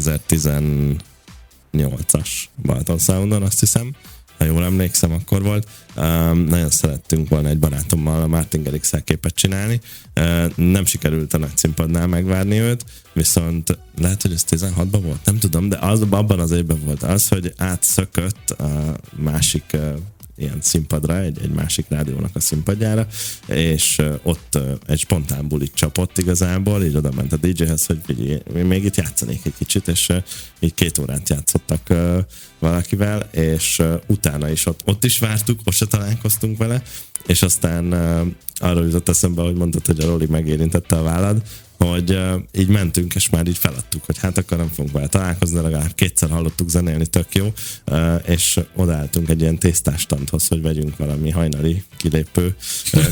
kétezer-tizennyolcas Balaton Soundon, azt hiszem, ha jól emlékszem, akkor volt. Um, nagyon szerettünk volna egy barátommal, a Martin Garrix-szel képet csinálni. Uh, nem sikerült a nagy színpadnál megvárni őt, viszont lehet, hogy ez tizenhatban volt, nem tudom, de az, abban az évben volt az, hogy átszökött a másik uh, ilyen színpadra, egy, egy másik rádiónak a színpadjára, és uh, ott uh, egy spontán bulit csapott igazából, így oda ment a dé dzséhez, hogy figyelj, még itt játszanék egy kicsit, és uh, így két órát játszottak uh, valakivel, és uh, utána is ott, ott is vártuk, ott se találkoztunk vele, és aztán uh, arról jutott eszembe, hogy mondtad, hogy a Roli megérintette a vállad, hogy uh, így mentünk, és már így feladtuk, hogy hát akkor nem fogunk vele találkozni, legalább kétszer hallottuk zenélni, tök jó, uh, és odaálltunk egy ilyen tésztástandhoz, hogy vegyünk valami hajnali kilépő uh,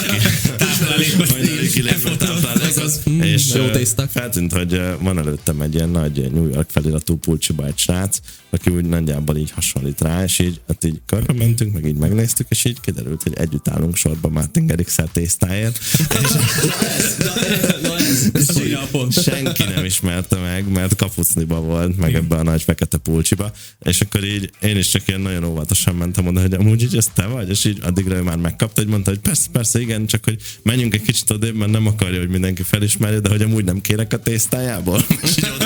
hajnali kilépő táplálékot, és uh, feltűnt, hogy uh, van előttem egy ilyen nagy New York feliratú pulcsiba egy srác, aki úgy nagyjából így hasonlít rá, és így, hát így körbe mentünk, meg így megnéztük, és így kiderült, hogy együtt állunk sorba Martin Garrix-szel tésztáért. Senki nem ismerte meg, mert kapucniba volt, meg ebbe a nagy fekete pulcsiba, és akkor így én is csak ilyen nagyon óvatosan mentem oda, hogy amúgy így ez te vagy, és így addigra ő már megkapta, hogy mondta, hogy persze, persze, igen, csak hogy menjünk egy kicsit odébb, mert nem akarja, hogy mindenki felismerje, de hogy amúgy nem kérek a tésztájából. És így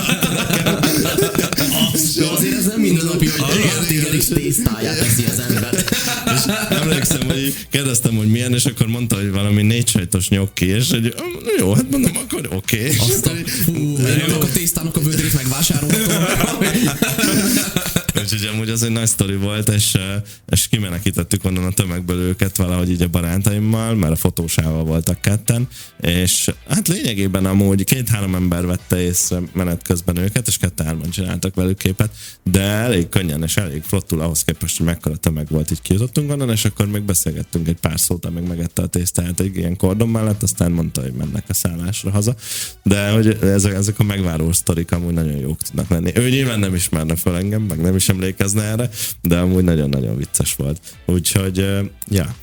azért ez nem minden napi, hogy Martin Garrix tésztáját teszi az ember. És emlékszem, hogy kérdeztem, hogy milyen, és akkor mondta, hogy valami négy sajtos nyokki, és hogy jó, hát mondom, akkor oké. Okay. Azt a, fú, én a tésztának a vödrét megvásároltam. Úgyhogy Úgyhogy amúgy az egy nagy sztori volt, és, és kimenekítettük onnan a tömegből őket valahogy így a barátaimmal, mert a fotósával voltak ketten, és hát lényegében amúgy két-három ember vette észre menet közben őket, és kettő-hárman csináltak velük képet, de elég könnyen és elég flottul ahhoz képest, hogy mekkora tömeg volt, így kijutottunk onnan, és akkor még beszélgettünk egy pár szót, amíg megette a tésztáját egy ilyen kordon mellett, aztán mondta, hogy mennek a szállásra haza. De hogy ezek, ezek a megváró sztorik amúgy nagyon jók tudnak lenni. Ő nyilván nem ismerne fel engem, meg nem is emlékezne erre, de amúgy nagyon-nagyon vicces volt. Úgyhogy, ja,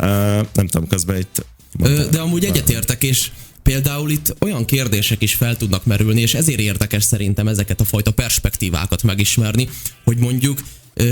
nem tudom, közben itt... Mondtam, de amúgy egyetértek, és például itt olyan kérdések is fel tudnak merülni, és ezért érdekes szerintem ezeket a fajta perspektívákat megismerni, hogy mondjuk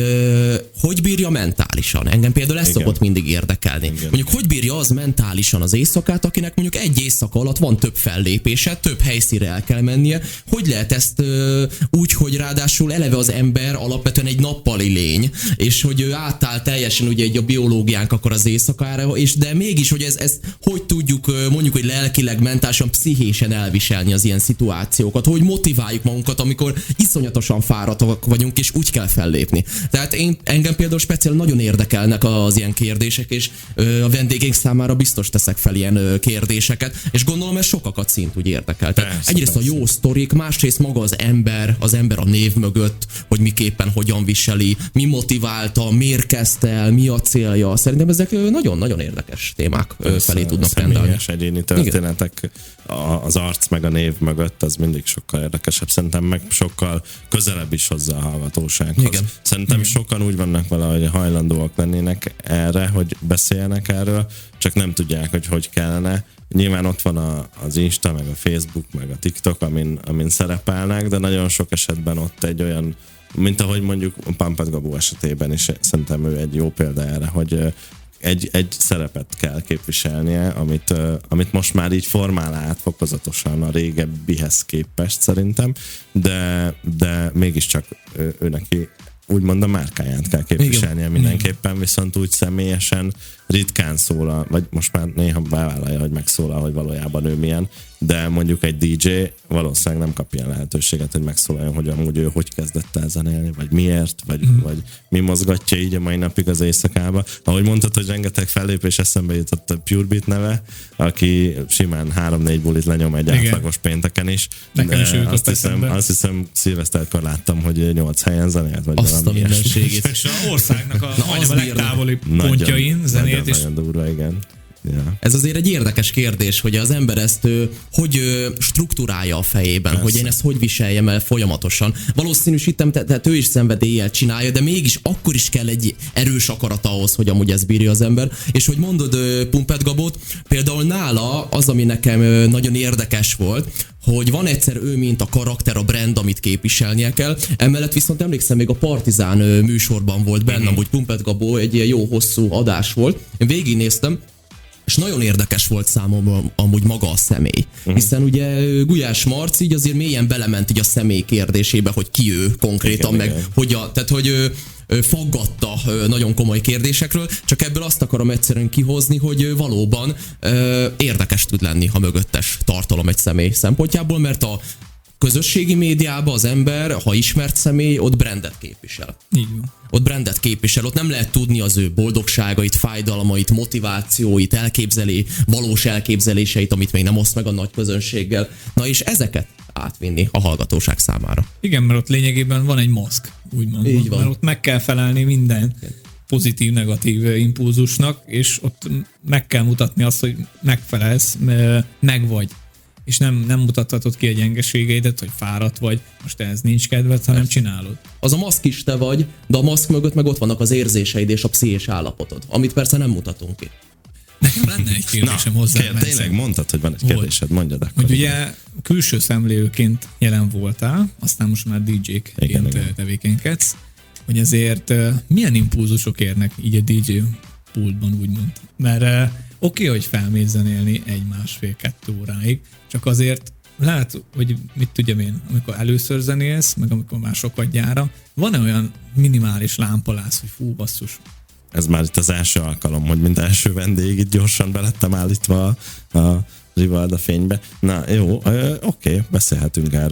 Ö, hogy bírja mentálisan? Engem például ez szokott mindig érdekelni. Igen. Mondjuk, hogy bírja az mentálisan az éjszakát, akinek mondjuk egy éjszaka alatt van több fellépése, több helyszínre el kell mennie. Hogy lehet ezt ö, úgy, hogy ráadásul eleve az ember alapvetően egy nappali lény, és hogy ő átáll teljesen ugye egy a biológiánk akkor az éjszakára, és de mégis, hogy ez, ezt hogy tudjuk mondjuk, hogy lelkileg, mentálisan, pszichésen elviselni az ilyen szituációkat, hogy motiváljuk magunkat, amikor iszonyatosan fáradtak vagyunk, és úgy kell fellépni. Tehát én, engem például speciál nagyon érdekelnek az ilyen kérdések, és ö, a vendégeink számára biztos teszek fel ilyen ö, kérdéseket, és gondolom ez sokakat szintúgy érdekel. Tehát persze, egyrészt persze. A jó sztorik, másrészt maga az ember, az ember a név mögött, hogy miképpen hogyan viseli, mi motiválta, miért kezdte el, mi a célja. Szerintem ezek nagyon-nagyon érdekes témák persze, felé tudnak rendelni. Egyéni történetek, az arc meg a név mögött, az mindig sokkal érdekesebb. Szerintem meg sokkal közelebb is hozzá a hallgatósághoz. Igen. Szerintem Igen. sokan úgy vannak valahogy hajlandóak lennének erre, hogy beszéljenek erről, csak nem tudják, hogy hogy kellene. Nyilván ott van a, az Insta, meg a Facebook, meg a TikTok, amin, amin szerepelnek, de nagyon sok esetben ott egy olyan, mint ahogy mondjuk Pumped Gabó esetében is, szerintem ő egy jó példa erre, hogy egy, egy szerepet kell képviselnie, amit, amit most már így formál át fokozatosan a régebbihez képest szerintem, de, de mégiscsak ő, ő neki úgymond a márkáját kell képviselnie igen. mindenképpen, viszont úgy személyesen ritkán szólal, vagy most már néha bevállalja, hogy megszólal, hogy valójában ő milyen, de mondjuk egy dé dzsé valószínűleg nem kap ilyen lehetőséget, hogy megszólaljon, hogy amúgy ő hogy kezdett el zenélni, vagy miért, vagy, mm. vagy mi mozgatja így a mai napig az éjszakába. Ahogy mondtad, hogy rengeteg fellépés, eszembe jutott a Purebeat neve, aki simán három-négy bulit lenyom egy igen. átlagos pénteken is. Nekem is azt hiszem, azt hiszem szilveszterkor láttam, hogy nyolc helyen zenélt, vagy azt valami ilyesmit. És a országnak a, a legtávoli pontjain zenét. Nagyon, nagyon durva, igen. Yeah. Ez azért egy érdekes kérdés, hogy az ember ezt hogy struktúrálja a fejében, persze. hogy én ezt hogy viseljem el folyamatosan. Valószínűsítem, tehát ő is szenvedéllyel csinálja, de mégis akkor is kell egy erős akarat ahhoz, hogy amúgy ezt bírja az ember. És hogy mondod Pumped Gabót, például nála az, ami nekem nagyon érdekes volt, hogy van egyszer ő, mint a karakter, a brand, amit képviselnie kell. Emellett viszont emlékszem, még a Partizán műsorban volt benne, amúgy Pumped Gabó, egy ilyen jó hosszú adás volt. Én végignéztem, és nagyon érdekes volt számomra amúgy maga a személy. Uh-huh. Hiszen ugye Gulyás Marci így azért mélyen belement így a személy kérdésébe, hogy ki ő konkrétan, igen, meg igen. hogy a, tehát hogy ő, ő faggatta nagyon komoly kérdésekről, csak ebből azt akarom egyszerűen kihozni, hogy valóban ö, érdekes tud lenni a mögöttes tartalom egy személy szempontjából, mert a közösségi médiában az ember, ha ismert személy, ott brandet képvisel. Igen. Ott brandet képvisel, ott nem lehet tudni az ő boldogságait, fájdalmait, motivációit, elképzelé, valós elképzeléseit, amit még nem oszt meg a nagy közönséggel. Na és ezeket átvinni a hallgatóság számára. Igen, mert ott lényegében van egy maszk, úgymond. Így van. Mert ott meg kell felelni minden pozitív, negatív impulzusnak, és ott meg kell mutatni azt, hogy megfelelsz, meg vagy. És nem, nem mutathatod ki a gyengeségeidet, hogy fáradt vagy, most te ez nincs kedved, hanem csinálod. Az a maszk is te vagy, de a maszk mögött meg ott vannak az érzéseid és a pszichés állapotod, amit persze nem mutatunk ki. Nekem lenne egy kérdésem hozzá. Kér, tényleg mondtad, hogy van egy kérdésed, mondjad akkor. Hogy ugye külső szemlélőként jelen voltál, aztán most már dé dzsé-ként tevékenykedsz, hogy ezért milyen impulzusok érnek így a dé dzsé pultban, úgymond. Mert oké, okay, hogy felmész zenélni egy másfél-kettő óráig, csak azért lehet, hogy mit tudjam én, amikor először zenélsz, meg amikor már sokat gyára, van-e olyan minimális lámpalász, hogy fú, basszus. Ez már itt az első alkalom, hogy mint első vendég itt gyorsan belettem állítva a, a Rivalda fénybe. Na jó, oké, okay, beszélhetünk erről.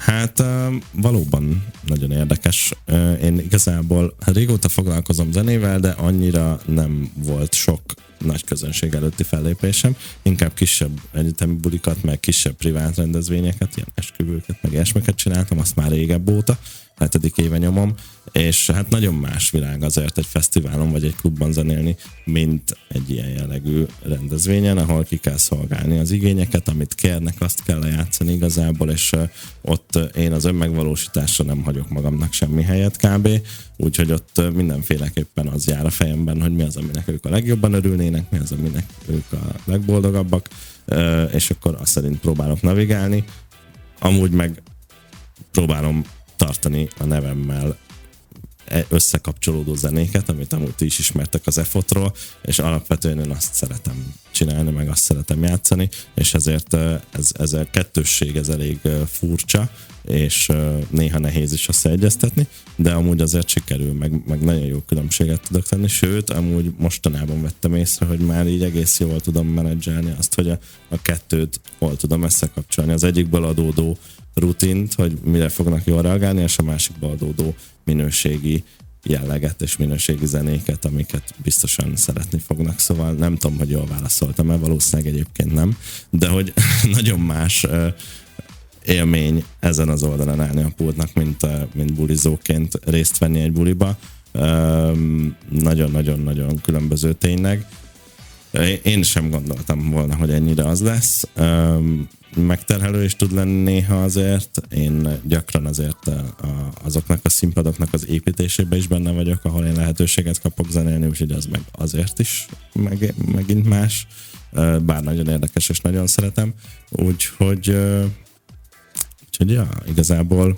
Hát valóban nagyon érdekes. Én igazából régóta foglalkozom zenével, de annyira nem volt sok nagy közönség előtti fellépésem. Inkább kisebb egyetemi bulikat, meg kisebb privát rendezvényeket, ilyen esküvőket, meg ilyesmiket csináltam, azt már régebb óta, hetedik éve nyomom, és hát nagyon más világ azért egy fesztiválon vagy egy klubban zenélni, mint egy ilyen jellegű rendezvényen, ahol ki kell szolgálni az igényeket, amit kérnek, azt kell lejátszani igazából, és ott én az önmegvalósításra nem hagyok magamnak semmi helyet kb. Úgyhogy ott mindenféleképpen az jár a fejemben, hogy mi az, aminek ők a legjobban örülnének, mi az, aminek ők a legboldogabbak, és akkor azt szerint próbálok navigálni. Amúgy meg próbálom tartani a nevemmel összekapcsolódó zenéket, amit amúgy ti is ismertek az EFOT-ról, és alapvetően én azt szeretem csinálni, meg azt szeretem játszani, és ezért ez, ez a kettősség ez elég furcsa, és néha nehéz is összeegyeztetni, de amúgy azért sikerül, meg, meg nagyon jó különbséget tudok tenni, sőt, amúgy mostanában vettem észre, hogy már így egész jól tudom menedzselni azt, hogy a, a kettőt hol tudom összekapcsolni. Az egyikből adódó rutint, hogy mire fognak jól reagálni, és a másikból adódó minőségi jelleget és minőségi zenéket, amiket biztosan szeretni fognak. Szóval nem tudom, hogy jól válaszoltam-e, valószínűleg egyébként nem, de hogy nagyon más uh, élmény ezen az oldalon állni a pultnak, mint, uh, mint bulizóként részt venni egy buliba. Um, nagyon-nagyon-nagyon különböző tényleg. Én sem gondoltam volna, hogy ennyire az lesz. Um, megterhelő is tud lenni néha azért. Én gyakran azért a, a, azoknak a színpadoknak az építésében is benne vagyok, ahol én lehetőséget kapok zenélni, úgyhogy az meg azért is meg, megint más. Bár nagyon érdekes és nagyon szeretem. Úgyhogy, úgyhogy ja, igazából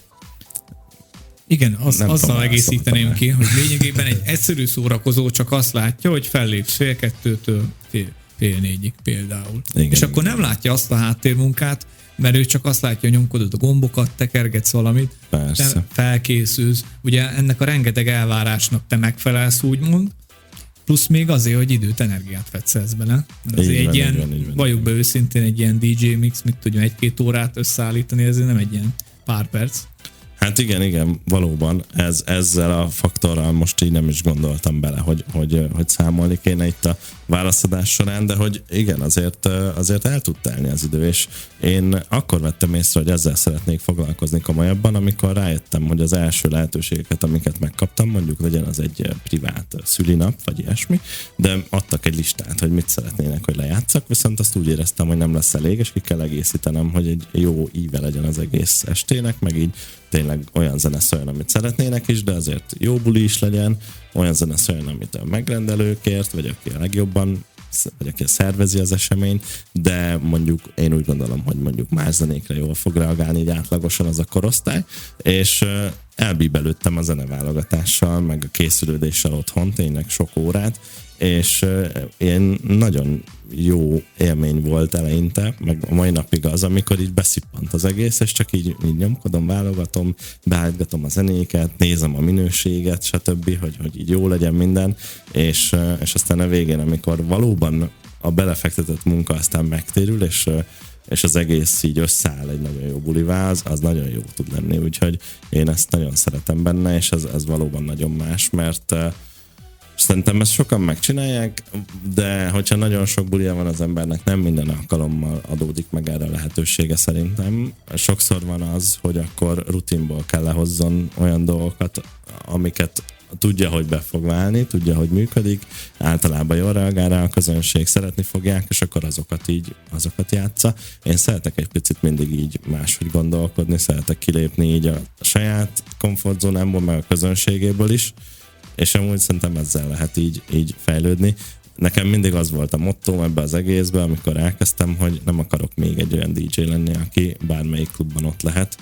igen, az, azzal egészíteném ki, hogy lényegében egy egyszerű szórakozó csak azt látja, hogy fellépsz fél kettőtől fél, fél négyig például. Igen, és akkor nem látja azt a háttérmunkát, mert ő csak azt látja, hogy nyomkodod a gombokat, tekergetsz valamit, te felkészülsz. Ugye ennek a rengeteg elvárásnak te megfelelsz, úgymond, plusz még azért, hogy időt, energiát fetszelsz bele. Azért egy van, ilyen, van, van, valljuk be őszintén, egy ilyen dé dzsé mix, mit tudja, egy-két órát összeállítani, ezért nem egy ilyen pár perc. Hát igen, igen, valóban ez, ezzel a faktorral most így nem is gondoltam bele, hogy, hogy, hogy számolni kéne itt a válaszadás során, de hogy igen, azért, azért el tud telni az idő, és én akkor vettem észre, hogy ezzel szeretnék foglalkozni komolyabban, amikor rájöttem, hogy az első lehetőségeket, amiket megkaptam, mondjuk legyen az egy privát szülinap, vagy ilyesmi, de adtak egy listát, hogy mit szeretnének, hogy lejátszak, viszont azt úgy éreztem, hogy nem lesz elég, és ki kell egészítenem, hogy egy jó íve legyen az egész estének, meg így tényleg olyan zene szóljon, amit szeretnének is, de azért jó buli is legyen, olyan zene szóljon, amit a megrendelőkért, vagy aki a legjobban, vagy aki szervezi az eseményt, de mondjuk én úgy gondolom, hogy mondjuk más zenékre jól fog reagálni így átlagosan az a korosztály, és elbíbelődtem a zeneválogatással, meg a készülődéssel otthon, tényleg sok órát, és ilyen nagyon jó élmény volt eleinte, meg a mai napig az, amikor így beszippant az egész, és csak így, így nyomkodom, válogatom, beállítgatom a zenéket, nézem a minőséget, stb., hogy, hogy így jó legyen minden, és, és aztán a végén, amikor valóban a belefektetett munka aztán megtérül, és, és az egész így összeáll egy nagyon jó bulivá, az, az nagyon jó tud lenni, úgyhogy én ezt nagyon szeretem benne, és ez, ez valóban nagyon más, mert szerintem ezt sokan megcsinálják, de hogyha nagyon sok bulia van az embernek, nem minden alkalommal adódik meg erre a lehetősége szerintem. Sokszor van az, hogy akkor rutinból kell lehozzon olyan dolgokat, amiket tudja, hogy be fog válni, tudja, hogy működik, általában jól reagál rá a közönség, szeretni fogják, és akkor azokat így, azokat játsza. Én szeretek egy picit mindig így máshogy gondolkodni, szeretek kilépni így a saját komfortzónámból, meg a közönségéből is, és amúgy szerintem ezzel lehet így, így fejlődni. Nekem mindig az volt a mottóm ebbe az egészbe, amikor elkezdtem, hogy nem akarok még egy olyan dé dzsé lenni, aki bármelyik klubban ott lehet,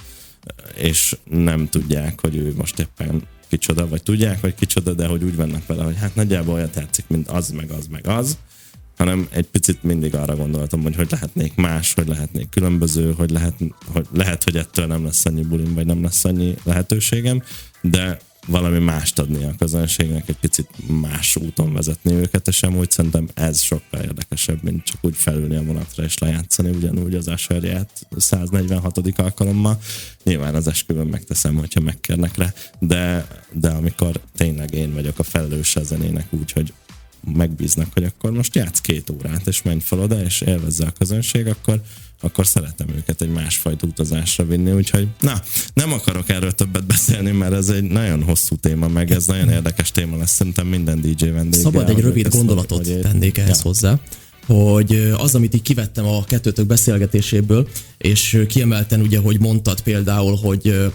és nem tudják, hogy ő most éppen kicsoda, vagy tudják, hogy kicsoda, de hogy úgy vannak vele, hogy hát nagyjából olyat játszik, mint az, meg az, meg az, hanem egy picit mindig arra gondoltam, hogy hogy lehetnék más, hogy lehetnék különböző, hogy lehet, hogy, lehet, hogy ettől nem lesz annyi bulim, vagy nem lesz annyi lehetőségem, de valami mást adni a közönségnek, egy picit más úton vezetni őket, és amúgy szerintem ez sokkal érdekesebb, mint csak úgy felülni a vonatra és lejátszani ugyanúgy az Usherját száznegyvenhatodik alkalommal. Nyilván az esküvőn megteszem, hogyha megkérnek rá, de, de amikor tényleg én vagyok a felelős a zenének úgy, hogy megbíznak, hogy akkor most játsz két órát, és menj fel oda, és élvezze a közönség, akkor, akkor szeretem őket egy másfajta utazásra vinni, úgyhogy na, nem akarok erről többet beszélni, mert ez egy nagyon hosszú téma, meg ez nagyon érdekes téma lesz, szerintem minden dé dzsé vendéggel. Szabad egy rövid gondolatot szó, tennék ehhez ja. hozzá, hogy az, amit így kivettem a kettőtök beszélgetéséből, és kiemelten ugye, hogy mondtad például, hogy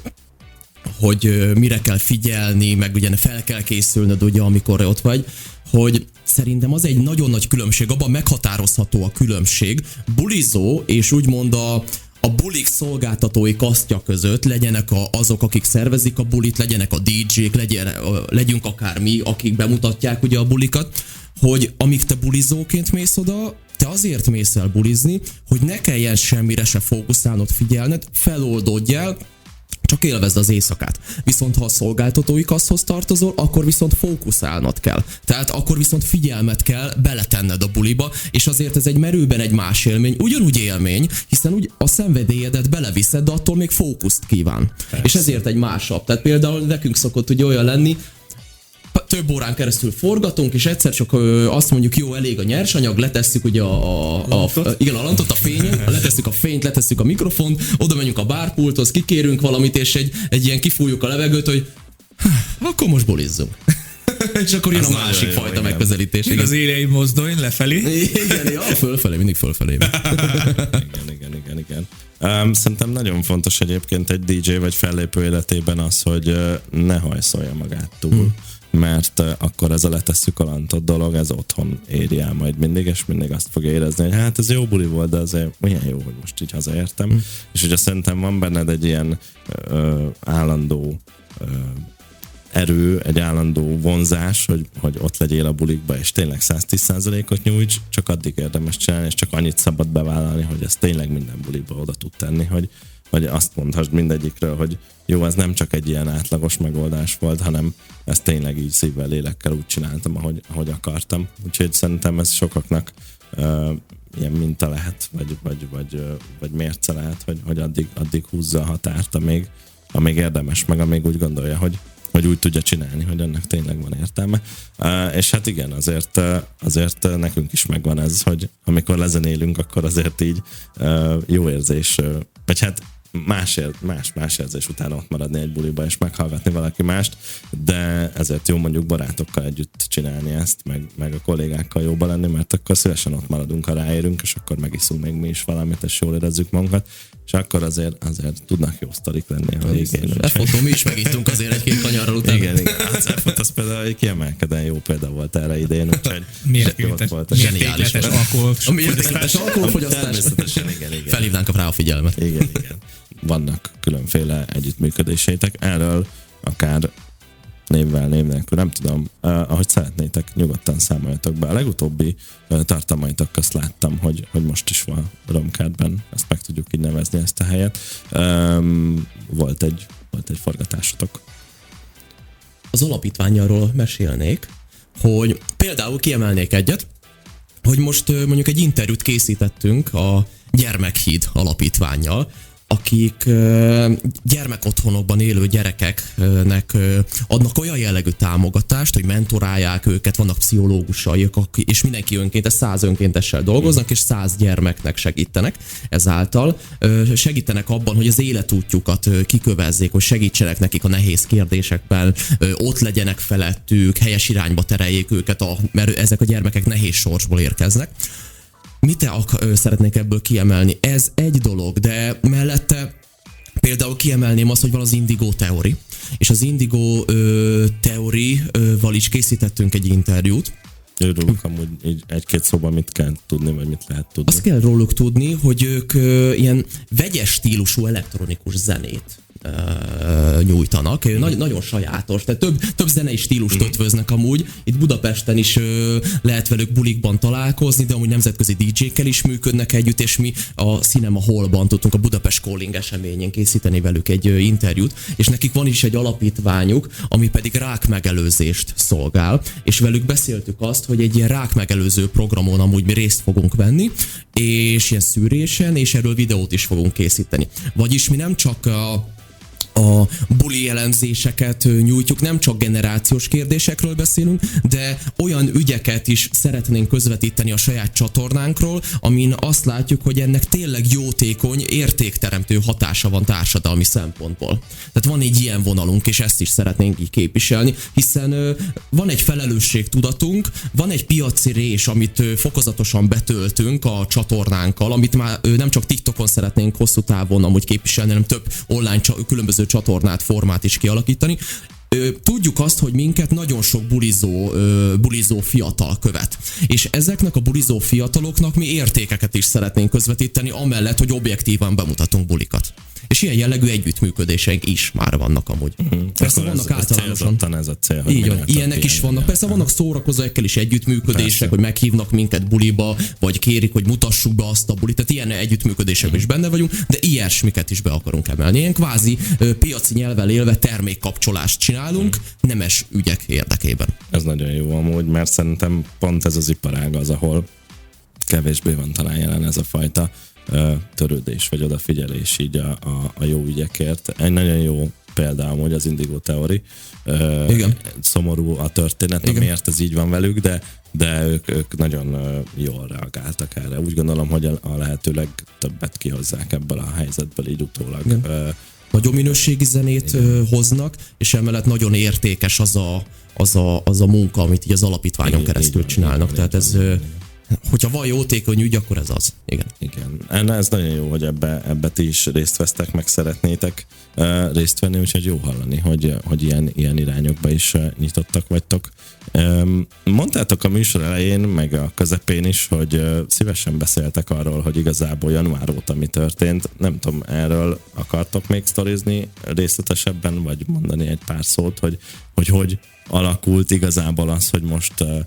hogy mire kell figyelni, meg ugye fel kell készülnöd, ugye, amikor ott vagy, hogy szerintem az egy nagyon nagy különbség, abban meghatározható a különbség, bulizó és úgymond a, a bulik szolgáltatói kasztja között, legyenek a, azok, akik szervezik a bulit, legyenek a dé dzsék, legyen, legyünk akár mi, akik bemutatják ugye a bulikat, hogy amíg te bulizóként mész oda, te azért mész el bulizni, hogy ne kelljen semmire se fókuszálnod, figyelned, feloldódjál, csak élvezd az éjszakát. Viszont ha a szolgáltatói kaszhoz tartozol, akkor viszont fókuszálnod kell. Tehát akkor viszont figyelmet kell beletenned a buliba, és azért ez egy merőben egy más élmény, ugyanúgy élmény, hiszen úgy a szenvedélyedet beleviszed, de attól még fókuszt kíván. Persze. És ezért egy másabb. Tehát például nekünk szokott ugye olyan lenni, több órán keresztül forgatunk, és egyszer csak ö, azt mondjuk, jó, elég a nyersanyag, letesszük ugye a, a, a, a, igen, a lantot a fényen, letesszük a fényt, letesszük a mikrofont, oda menjünk a bárpulthoz, kikérünk valamit, és egy, egy ilyen kifújjuk a levegőt, hogy akkor most bulizzunk. És akkor jön a másik fajta jó, megközelítés. Igen. Az élei mozdony lefelé. Igen, ja, fölfelé, mindig fölfelé. igen, igen, igen, igen. Um, szerintem nagyon fontos egyébként egy dé dzsé vagy fellépő életében az, hogy uh, ne hajszolja magát túl. Hmm. mert akkor ez a letesszük a lantot dolog, ez otthon éri el majd mindig, és mindig azt fogja érezni, hogy hát ez jó buli volt, de azért milyen jó, hogy most így hazaértem. Mm. És ugye szerintem van benned egy ilyen ö, állandó ö, erő, egy állandó vonzás, hogy, hogy ott legyél a bulikba, és tényleg száz tíz százalékot nyújts, csak addig érdemes csinálni, és csak annyit szabad bevállalni, hogy ez tényleg minden bulikba oda tud tenni, hogy vagy azt mondhassd mindegyikről, hogy jó, ez nem csak egy ilyen átlagos megoldás volt, hanem ezt tényleg így szívvel, lélekkel úgy csináltam, ahogy, ahogy akartam. Úgyhogy szerintem ez sokaknak uh, ilyen minta lehet, vagy, vagy, vagy, uh, vagy mérce lehet, hogy, hogy addig, addig húzza a határt, amíg, amíg érdemes, meg amíg úgy gondolja, hogy, hogy úgy tudja csinálni, hogy ennek tényleg van értelme. Uh, és hát igen, azért, uh, azért uh, nekünk is megvan ez, hogy amikor lezenélünk, akkor azért így uh, jó érzés, uh, vagy hát Más, ér, más, más érzés után ott maradni egy buliba és meghallgatni valaki mást, de ezért jó mondjuk barátokkal együtt csinálni ezt, meg, meg a kollégákkal jóba lenni, mert akkor szívesen ott maradunk, ha ráérünk, és akkor megiszunk még mi is valamit, és jól érezzük magunkat, és akkor azért, azért tudnak jó sztorik lenni a végén. Elfotó, mi is megittunk azért egy-két kanyarral után. Igen, igen. Hát az például egy kiemelkedően jó példa volt erre idén, úgyhogy miért volt zseniális. A mértékletes alkoholfogyasztás. Természetesen, igen, igen. Felhívnánk rá a figyelmet. Igen, igen. Vannak különféle együttműködéseitek. Erről akár névvel, név nélkül, nem tudom, uh, ahogy szeretnétek, nyugodtan számoljatok be. A legutóbbi uh, tartalmaitok, azt láttam, hogy, hogy most is van Romkádban, ezt meg tudjuk így nevezni, ezt a helyet. Um, volt, egy, volt egy forgatásotok. Az alapítványról mesélnék, hogy például kiemelnék egyet, hogy most uh, mondjuk egy interjút készítettünk a Gyermekhíd alapítvánnyal, akik gyermekotthonokban élő gyerekeknek adnak olyan jellegű támogatást, hogy mentorálják őket, vannak pszichológusaik, és mindenki önkéntes, száz önkéntessel dolgoznak, és száz gyermeknek segítenek ezáltal. Segítenek abban, hogy az életútjukat kikövezzék, hogy segítsenek nekik a nehéz kérdésekben, ott legyenek felettük, helyes irányba tereljék őket, mert ezek a gyermekek nehéz sorsból érkeznek. Mit te ak- szeretnék ebből kiemelni? Ez egy dolog, de mellette például kiemelném azt, hogy van az Indigo Theory, és az Indigo ö, Theory-val is készítettünk egy interjút. Róluk amúgy így egy-két szóban mit kell tudni, vagy mit lehet tudni? Azt kell róluk tudni, hogy ők ö, ilyen vegyes stílusú elektronikus zenét uh, nyújtanak. Mm. Nagy, nagyon sajátos, tehát több, több zenei stílust mm. ötvöznek amúgy. Itt Budapesten is uh, lehet velük bulikban találkozni, de amúgy nemzetközi dé dzsékkel is működnek együtt, és mi a Cinema Hallban tudtunk a Budapest Calling eseményén készíteni velük egy uh, interjút, és nekik van is egy alapítványuk, ami pedig rákmegelőzést szolgál, és velük beszéltük azt, hogy egy ilyen rákmegelőző programon amúgy mi részt fogunk venni, és ilyen szűrésen, és erről videót is fogunk készíteni. Vagyis mi nem csak a a buli elemzéseket nyújtjuk, nem csak generációs kérdésekről beszélünk, de olyan ügyeket is szeretnénk közvetíteni a saját csatornánkról, amin azt látjuk, hogy ennek tényleg jótékony, értékteremtő hatása van társadalmi szempontból. Tehát van egy ilyen vonalunk, és ezt is szeretnénk így képviselni, hiszen ö, van egy felelősségtudatunk, van egy piaci rés, amit ö, fokozatosan betöltünk a csatornánkkal, amit már ö, nem csak TikTokon szeretnénk hosszú távon amúgy képviselni, hanem több online csa- különböző csatornát, formát is kialakítani. Tudjuk azt, hogy minket nagyon sok bulizó, bulizó fiatal követ. És ezeknek a bulizó fiataloknak mi értékeket is szeretnénk közvetíteni, amellett, hogy objektívan bemutatunk bulikat. És ilyen jellegű együttműködéseink is már vannak amúgy. Uh-huh. Persze Akkor vannak ez, általánosan. Ez a cél, így van, ilyenek is vannak. Persze ilyen. Vannak szórakozóekkel is együttműködések, persze. Hogy meghívnak minket buliba, vagy kérik, hogy mutassuk be azt a bulit. Tehát ilyen együttműködésekben uh-huh. is benne vagyunk, de ilyesmiket is be akarunk emelni. Ilyen kvázi ö, piaci nyelvvel élve termékkapcsolást csinálunk, uh-huh. nemes ügyek érdekében. Ez nagyon jó amúgy, mert szerintem pont ez az iparág az, ahol kevésbé van talán jelen ez a fajta törődés vagy odafigyelés így a, a, a jó ügyekért. Egy nagyon jó példa amúgy az Indigo Theory. Igen. Szomorú a történet, igen. Amiért ez így van velük, de, de ők, ők nagyon jól reagáltak erre. Úgy gondolom, hogy a, a lehetőleg többet kihozzák ebből a helyzetből így utólag. Igen. Nagyon minőségi zenét igen. hoznak, és emellett nagyon értékes az a, az a, az a munka, amit így az alapítványon igen, keresztül igen, csinálnak. Igen, Tehát ez... Igen. Hogyha van jótékony ügy, akkor ez az. Igen. Igen. Ez nagyon jó, hogy ebbe, ebbe ti is részt vesztek, meg szeretnétek uh, részt venni, úgyhogy jó hallani, hogy, hogy ilyen, ilyen irányokba is uh, nyitottak vagytok. Um, mondtátok a műsor elején, meg a közepén is, hogy uh, szívesen beszéltek arról, hogy igazából január óta mi történt. Nem tudom, erről akartok még sztorizni részletesebben, vagy mondani egy pár szót, hogy hogy, hogy alakult igazából az, hogy most uh,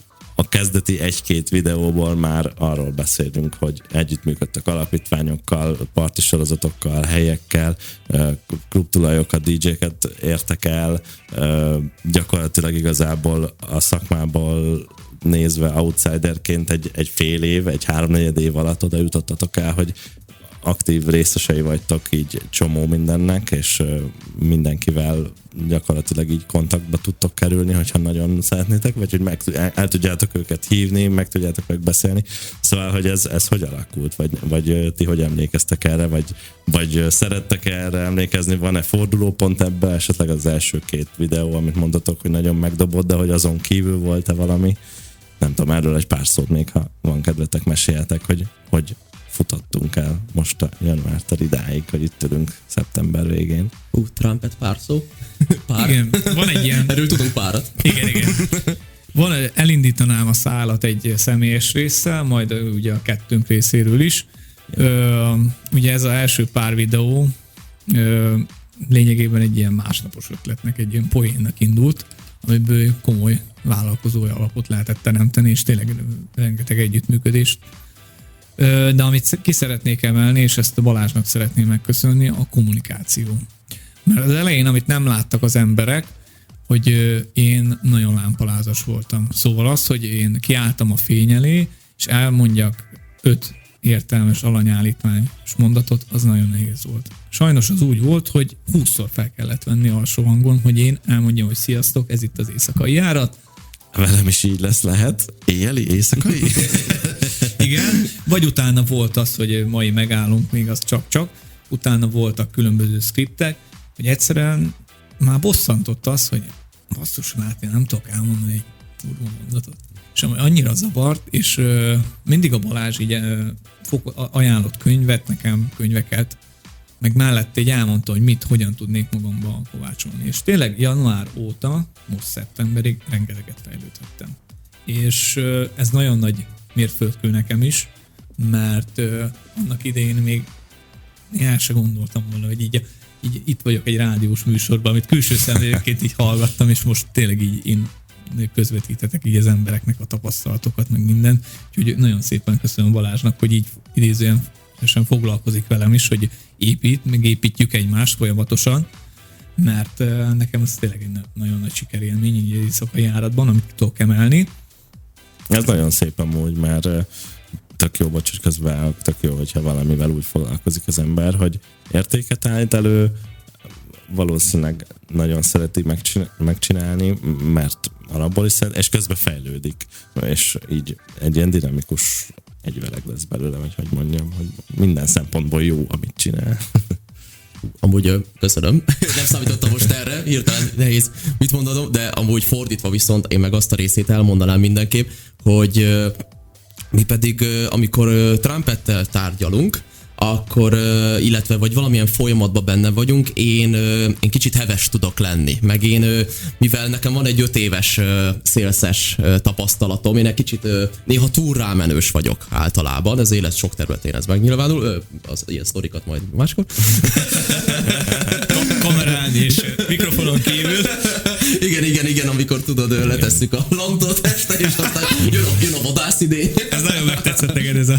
a kezdeti egy-két videóból már arról beszélünk, hogy együttműködtek alapítványokkal, partisorozatokkal, helyekkel, klubtulajokat, dé dzséket értek el, gyakorlatilag igazából a szakmából nézve outsiderként egy, egy fél év, egy háromnegyed év alatt oda jutottatok el, hogy aktív részesei vagytok így csomó mindennek, és mindenkivel gyakorlatilag így kontaktba tudtok kerülni, hogyha nagyon szeretnétek, vagy hogy meg, el, el tudjátok őket hívni, meg tudjátok meg beszélni. Szóval, hogy ez, ez hogy alakult, vagy, vagy ti hogy emlékeztek erre, vagy, vagy szerettek erre emlékezni, van-e fordulópont ebbe, esetleg az első két videó, amit mondatok, hogy nagyon megdobott, de hogy azon kívül volt-e valami? Nem tudom, erről egy pár szót még, ha van kedvetek, meséljetek, hogy, hogy futottunk el most a januártól idáig, hogy itt ülünk szeptember végén. Ú, Trumpet pár szó. Pár. Igen, van egy ilyen... Erről tudunk párat. Igen, igen. Van, elindítanám a szálat egy személyes résszel, majd ugye a kettőnk részéről is. Ö, ugye ez az első pár videó ö, lényegében egy ilyen másnapos ötletnek, egy ilyen poénnak indult, amiből komoly vállalkozói alapot lehetett teremteni, és tényleg rengeteg együttműködést. De amit ki szeretnék emelni, és ezt a Balázsnak szeretném megköszönni, a kommunikáció. Mert az elején, amit nem láttak az emberek, hogy én nagyon lámpalázas voltam. Szóval az, hogy én kiálltam a fény elé, és elmondjak öt értelmes alanyállítmányos mondatot, az nagyon nehéz volt. Sajnos az úgy volt, hogy húszszor fel kellett venni alsó hangon, hogy én elmondjam, hogy sziasztok, ez itt az éjszakai járat. Velem is így lesz, lehet. Éjjeli, éjszakai? Igen, vagy utána volt az, hogy mai megállunk, még az csak-csak, utána voltak különböző skriptek, hogy egyszerűen már bosszantott az, hogy basszus, látni, nem tudok elmondani egy kurva mondatot. És annyira zavart, és uh, mindig a Balázs így uh, ajánlott könyvet, nekem könyveket, meg mellett így elmondta, hogy mit, hogyan tudnék magamba kovácsolni. És tényleg január óta, most szeptemberig rengeteget fejlődhettem. És uh, ez nagyon nagy mérföldkő nekem is, mert uh, annak idején még én el se gondoltam volna, hogy így a így itt vagyok egy rádiós műsorban, amit külső szemlélőként így hallgattam, és most tényleg így én közvetítetek így az embereknek a tapasztalatokat, meg minden. Úgyhogy nagyon szépen köszönöm Balázsnak, hogy így idézően foglalkozik velem is, hogy épít, meg építjük egymást folyamatosan, mert nekem ez tényleg egy nagyon nagy sikerélmény így éjszakai járatban, amit tudok emelni. Ez nagyon szép amúgy, mert tök jó, bocs, közben tök jó, hogyha valamivel úgy foglalkozik az ember, hogy értéket állít elő, valószínűleg nagyon szereti megcsinálni, mert alapból is szeret, és közben fejlődik, és így egy ilyen dinamikus egyveleg lesz belőle, vagy hogy mondjam, hogy minden szempontból jó, amit csinál. Amúgy köszönöm, nem számítottam most erre, hirtelen nehéz mit mondanom, de amúgy fordítva viszont én meg azt a részét elmondanám mindenképp, hogy mi pedig amikor Trumpettel tárgyalunk, akkor, illetve vagy valamilyen folyamatban benne vagyunk, én, én kicsit heves tudok lenni. Meg én, mivel nekem van egy öt éves szélszes tapasztalatom, én egy kicsit néha túl rámenős vagyok általában, az élet sok területén ez megnyilvánul, az ilyen sztorikat majd máskor. Kamerán és mikrofonon kívül. Igen, igen, igen, amikor tudod, letesszük a lantot este, és aztán jön a, jön a vadász idén. Ez nagyon megtetszett neked ez a...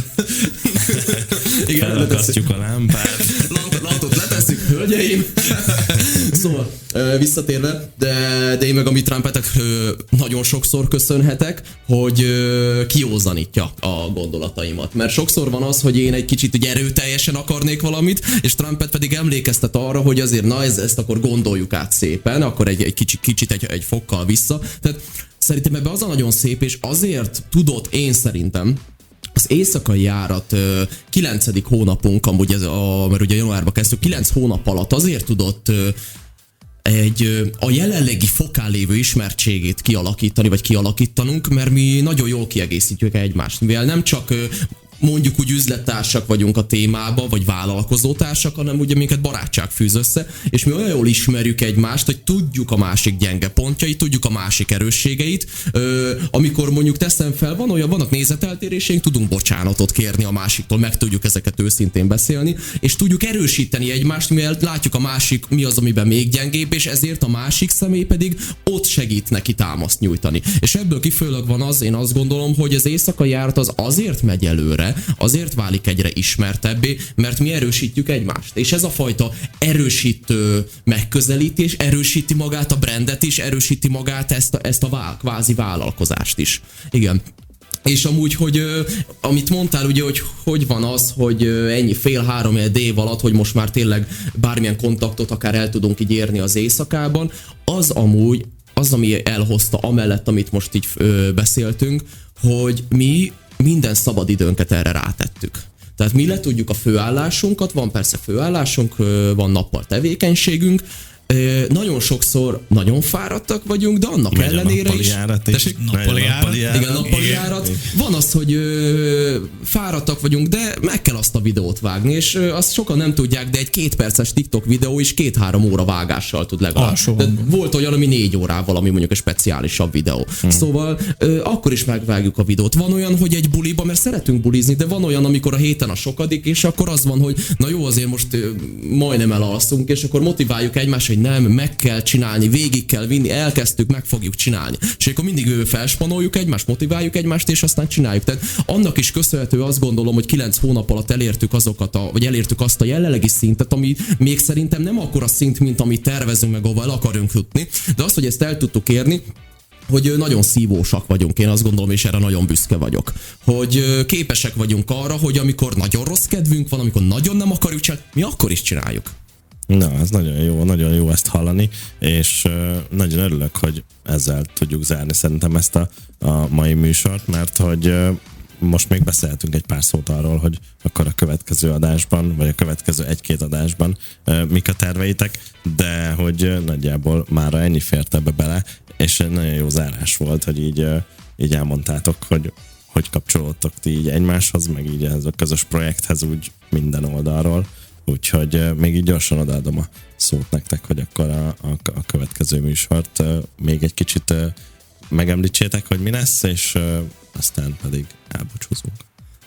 Igen, felakasztjuk a lámpát. Lantot, lantot letesszük, hölgyeim. Szóval, visszatérve, de, de én meg a mi Trumpetek nagyon sokszor köszönhetek, hogy kiózanítja a gondolataimat. Mert sokszor van az, hogy én egy kicsit ugye erőteljesen akarnék valamit, és Trumpet pedig emlékeztet arra, hogy azért na ez, ezt akkor gondoljuk át szépen, akkor egy, egy kicsit, kicsit egy, egy fokkal vissza. Tehát szerintem ebben az a nagyon szép, és azért tudott én szerintem az éjszakai járat kilencedik hónapunk, amúgy ez a, mert ugye januárban kezdtük, kilenc hónap alatt azért tudott egy a jelenlegi fokán lévő ismertségét kialakítani, vagy kialakítanunk, mert mi nagyon jól kiegészítjük egymást. Mivel nem csak mondjuk úgy üzlettársak vagyunk a témába, vagy vállalkozótársak, hanem ugye minket barátság fűz össze, és mi olyan jól ismerjük egymást, hogy tudjuk a másik gyenge pontjait, tudjuk a másik erősségeit. Ö, amikor mondjuk teszem fel, van olyan, vannak nézeteltéréseink, tudunk bocsánatot kérni a másiktól, meg tudjuk ezeket őszintén beszélni, és tudjuk erősíteni egymást, mivel látjuk a másik mi az, amiben még gyengébb, és ezért a másik személy pedig ott segít neki támaszt nyújtani. És ebből kifolyólag van az, én azt gondolom, hogy az éjszakai járat az azért megy előre, azért válik egyre ismertebbé, mert mi erősítjük egymást. És ez a fajta erősítő megközelítés erősíti magát a brandet is, erősíti magát ezt a, ezt a vál, kvázi vállalkozást is. Igen. És amúgy, hogy amit mondtál, ugye, hogy hogy van az, hogy ennyi fél-három év alatt, hogy most már tényleg bármilyen kontaktot akár el tudunk így érni az éjszakában, az amúgy, az, ami elhozta amellett, amit most így ö, beszéltünk, hogy mi minden szabad időnket erre rátettük. Tehát mi le tudjuk a főállásunkat, van persze főállásunk, van nappal tevékenységünk, nagyon sokszor nagyon fáradtak vagyunk, de annak megy ellenére is. Járat is. Nappali járat. Igen, nappali járat. Van az, hogy ö, fáradtak vagyunk, de meg kell azt a videót vágni, és ö, azt sokan nem tudják, de egy két perces TikTok videó is két-három óra vágással tud legalább. Volt olyan, ami négy órával, ami mondjuk egy speciálisabb videó. Hmm. Szóval ö, akkor is megvágjuk a videót. Van olyan, hogy egy buliba, mert szeretünk bulizni, de van olyan, amikor a héten a sokadik, és akkor az van, hogy na jó, azért most ö, majdnem elalszunk, és akkor motiváljuk egymást, hogy nem, meg kell csinálni, végig kell vinni, elkezdtük, meg fogjuk csinálni. És akkor mindig ő felspanoljuk egymást, motiváljuk egymást, és aztán csináljuk. Tehát annak is köszönhető, azt gondolom, hogy kilenc hónap alatt elértük azokat, a, vagy elértük azt a jelenlegi szintet, ami még szerintem nem akkora szint, mint amit tervezünk, meg ahol el akarunk jutni, de azt, hogy ezt el tudtuk érni, hogy nagyon szívósak vagyunk, én azt gondolom, és erre nagyon büszke vagyok. Hogy képesek vagyunk arra, hogy amikor nagyon rossz kedvünk van, amikor nagyon nem akarjuk csinálni, mi akkor is csináljuk. Na, ez nagyon jó, nagyon jó ezt hallani, és uh, nagyon örülök, hogy ezzel tudjuk zárni szerintem ezt a, a mai műsort, mert hogy uh, most még beszélhetünk egy pár szót arról, hogy akkor a következő adásban, vagy a következő egy-két adásban uh, mik a terveitek, de hogy uh, nagyjából mára ennyi fért ebbe bele, és egy nagyon jó zárás volt, hogy így, uh, így elmondtátok, hogy hogy kapcsolódtok ti így egymáshoz, meg így ez a közös projekthez úgy minden oldalról. Úgyhogy uh, még így gyorsan odaadom a szót nektek, hogy akkor a, a, a következő műsort uh, még egy kicsit uh, megemlítsétek, hogy mi lesz, és uh, aztán pedig elbúcsúzunk.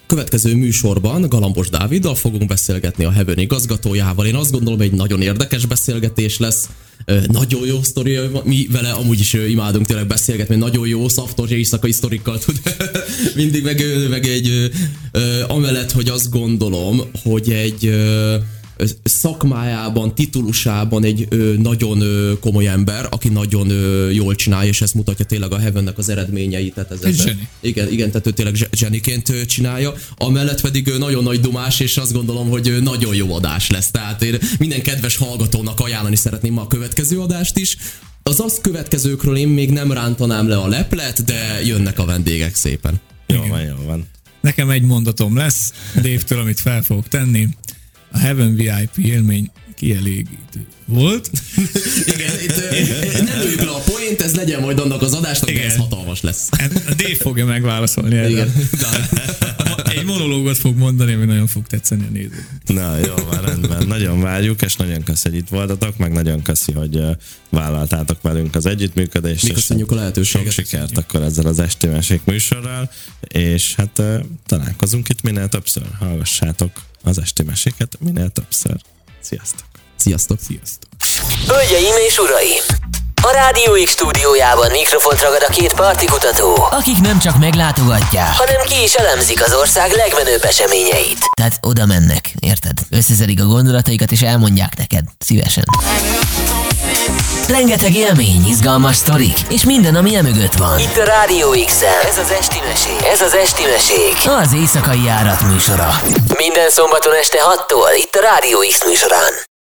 következő műsorban Galambos Dáviddal fogunk beszélgetni, a Heaven igazgatójával. Én azt gondolom, egy nagyon érdekes beszélgetés lesz. Nagyon jó sztori, mi vele amúgy is imádunk tényleg beszélgetni, nagyon jó szaftos éjszakai sztorikkal tud mindig, meg, meg egy amellett, hogy azt gondolom, hogy egy szakmájában, titulusában egy ö, nagyon ö, komoly ember, aki nagyon ö, jól csinálja, és ezt mutatja tényleg a Heavennek az eredményeit. Tehát ez, ez igen, igen, tehát ő tényleg zseniként ö, csinálja. Amellett pedig ö, nagyon nagy dumás, és azt gondolom, hogy ö, nagyon jó adás lesz. Tehát én minden kedves hallgatónak ajánlani szeretném ma a következő adást is. Az azt következőkről én még nem rántanám le a leplet, de jönnek a vendégek szépen. Jó van, jó van. Nekem egy mondatom lesz Dave-től, amit fel fogok tenni. A Heaven vé i pé élmény kielégítő volt. Igen, itt nem lőjük le a poént, ez legyen majd annak az adásnak, de ez hatalmas lesz. A Dave fogja megválaszolni erre. Egy monológot fog mondani, ami nagyon fog tetszeni a nézőnek. Na jó, van rendben. Nagyon várjuk, és nagyon köszi, hogy itt voltatok, meg nagyon köszi, hogy vállaltátok velünk az együttműködést. Mi köszönjük a lehetőséget. Sok sikert akkor ezzel az Esti Mesék műsorral, és hát találkozunk itt minél többször. Hallgassátok az Esti Meséket minél többször. Sziasztok! Sziasztok! Sziasztok! Hölgyeim és uraim! A Rádió X stúdiójában mikrofont ragad a két partikutató, akik nem csak meglátogatják, hanem ki is elemzik az ország legmenőbb eseményeit. Tehát oda mennek, érted? Összeszedik a gondolataikat és elmondják neked, szívesen. Rengeteg élmény, izgalmas sztorik, és minden, ami emögött van. Itt a Rádió X-en. Ez az Esti Mesék. Ez az Esti Mesék. Az éjszakai járat műsora. Minden szombaton este hattól itt a Rádió X műsorán.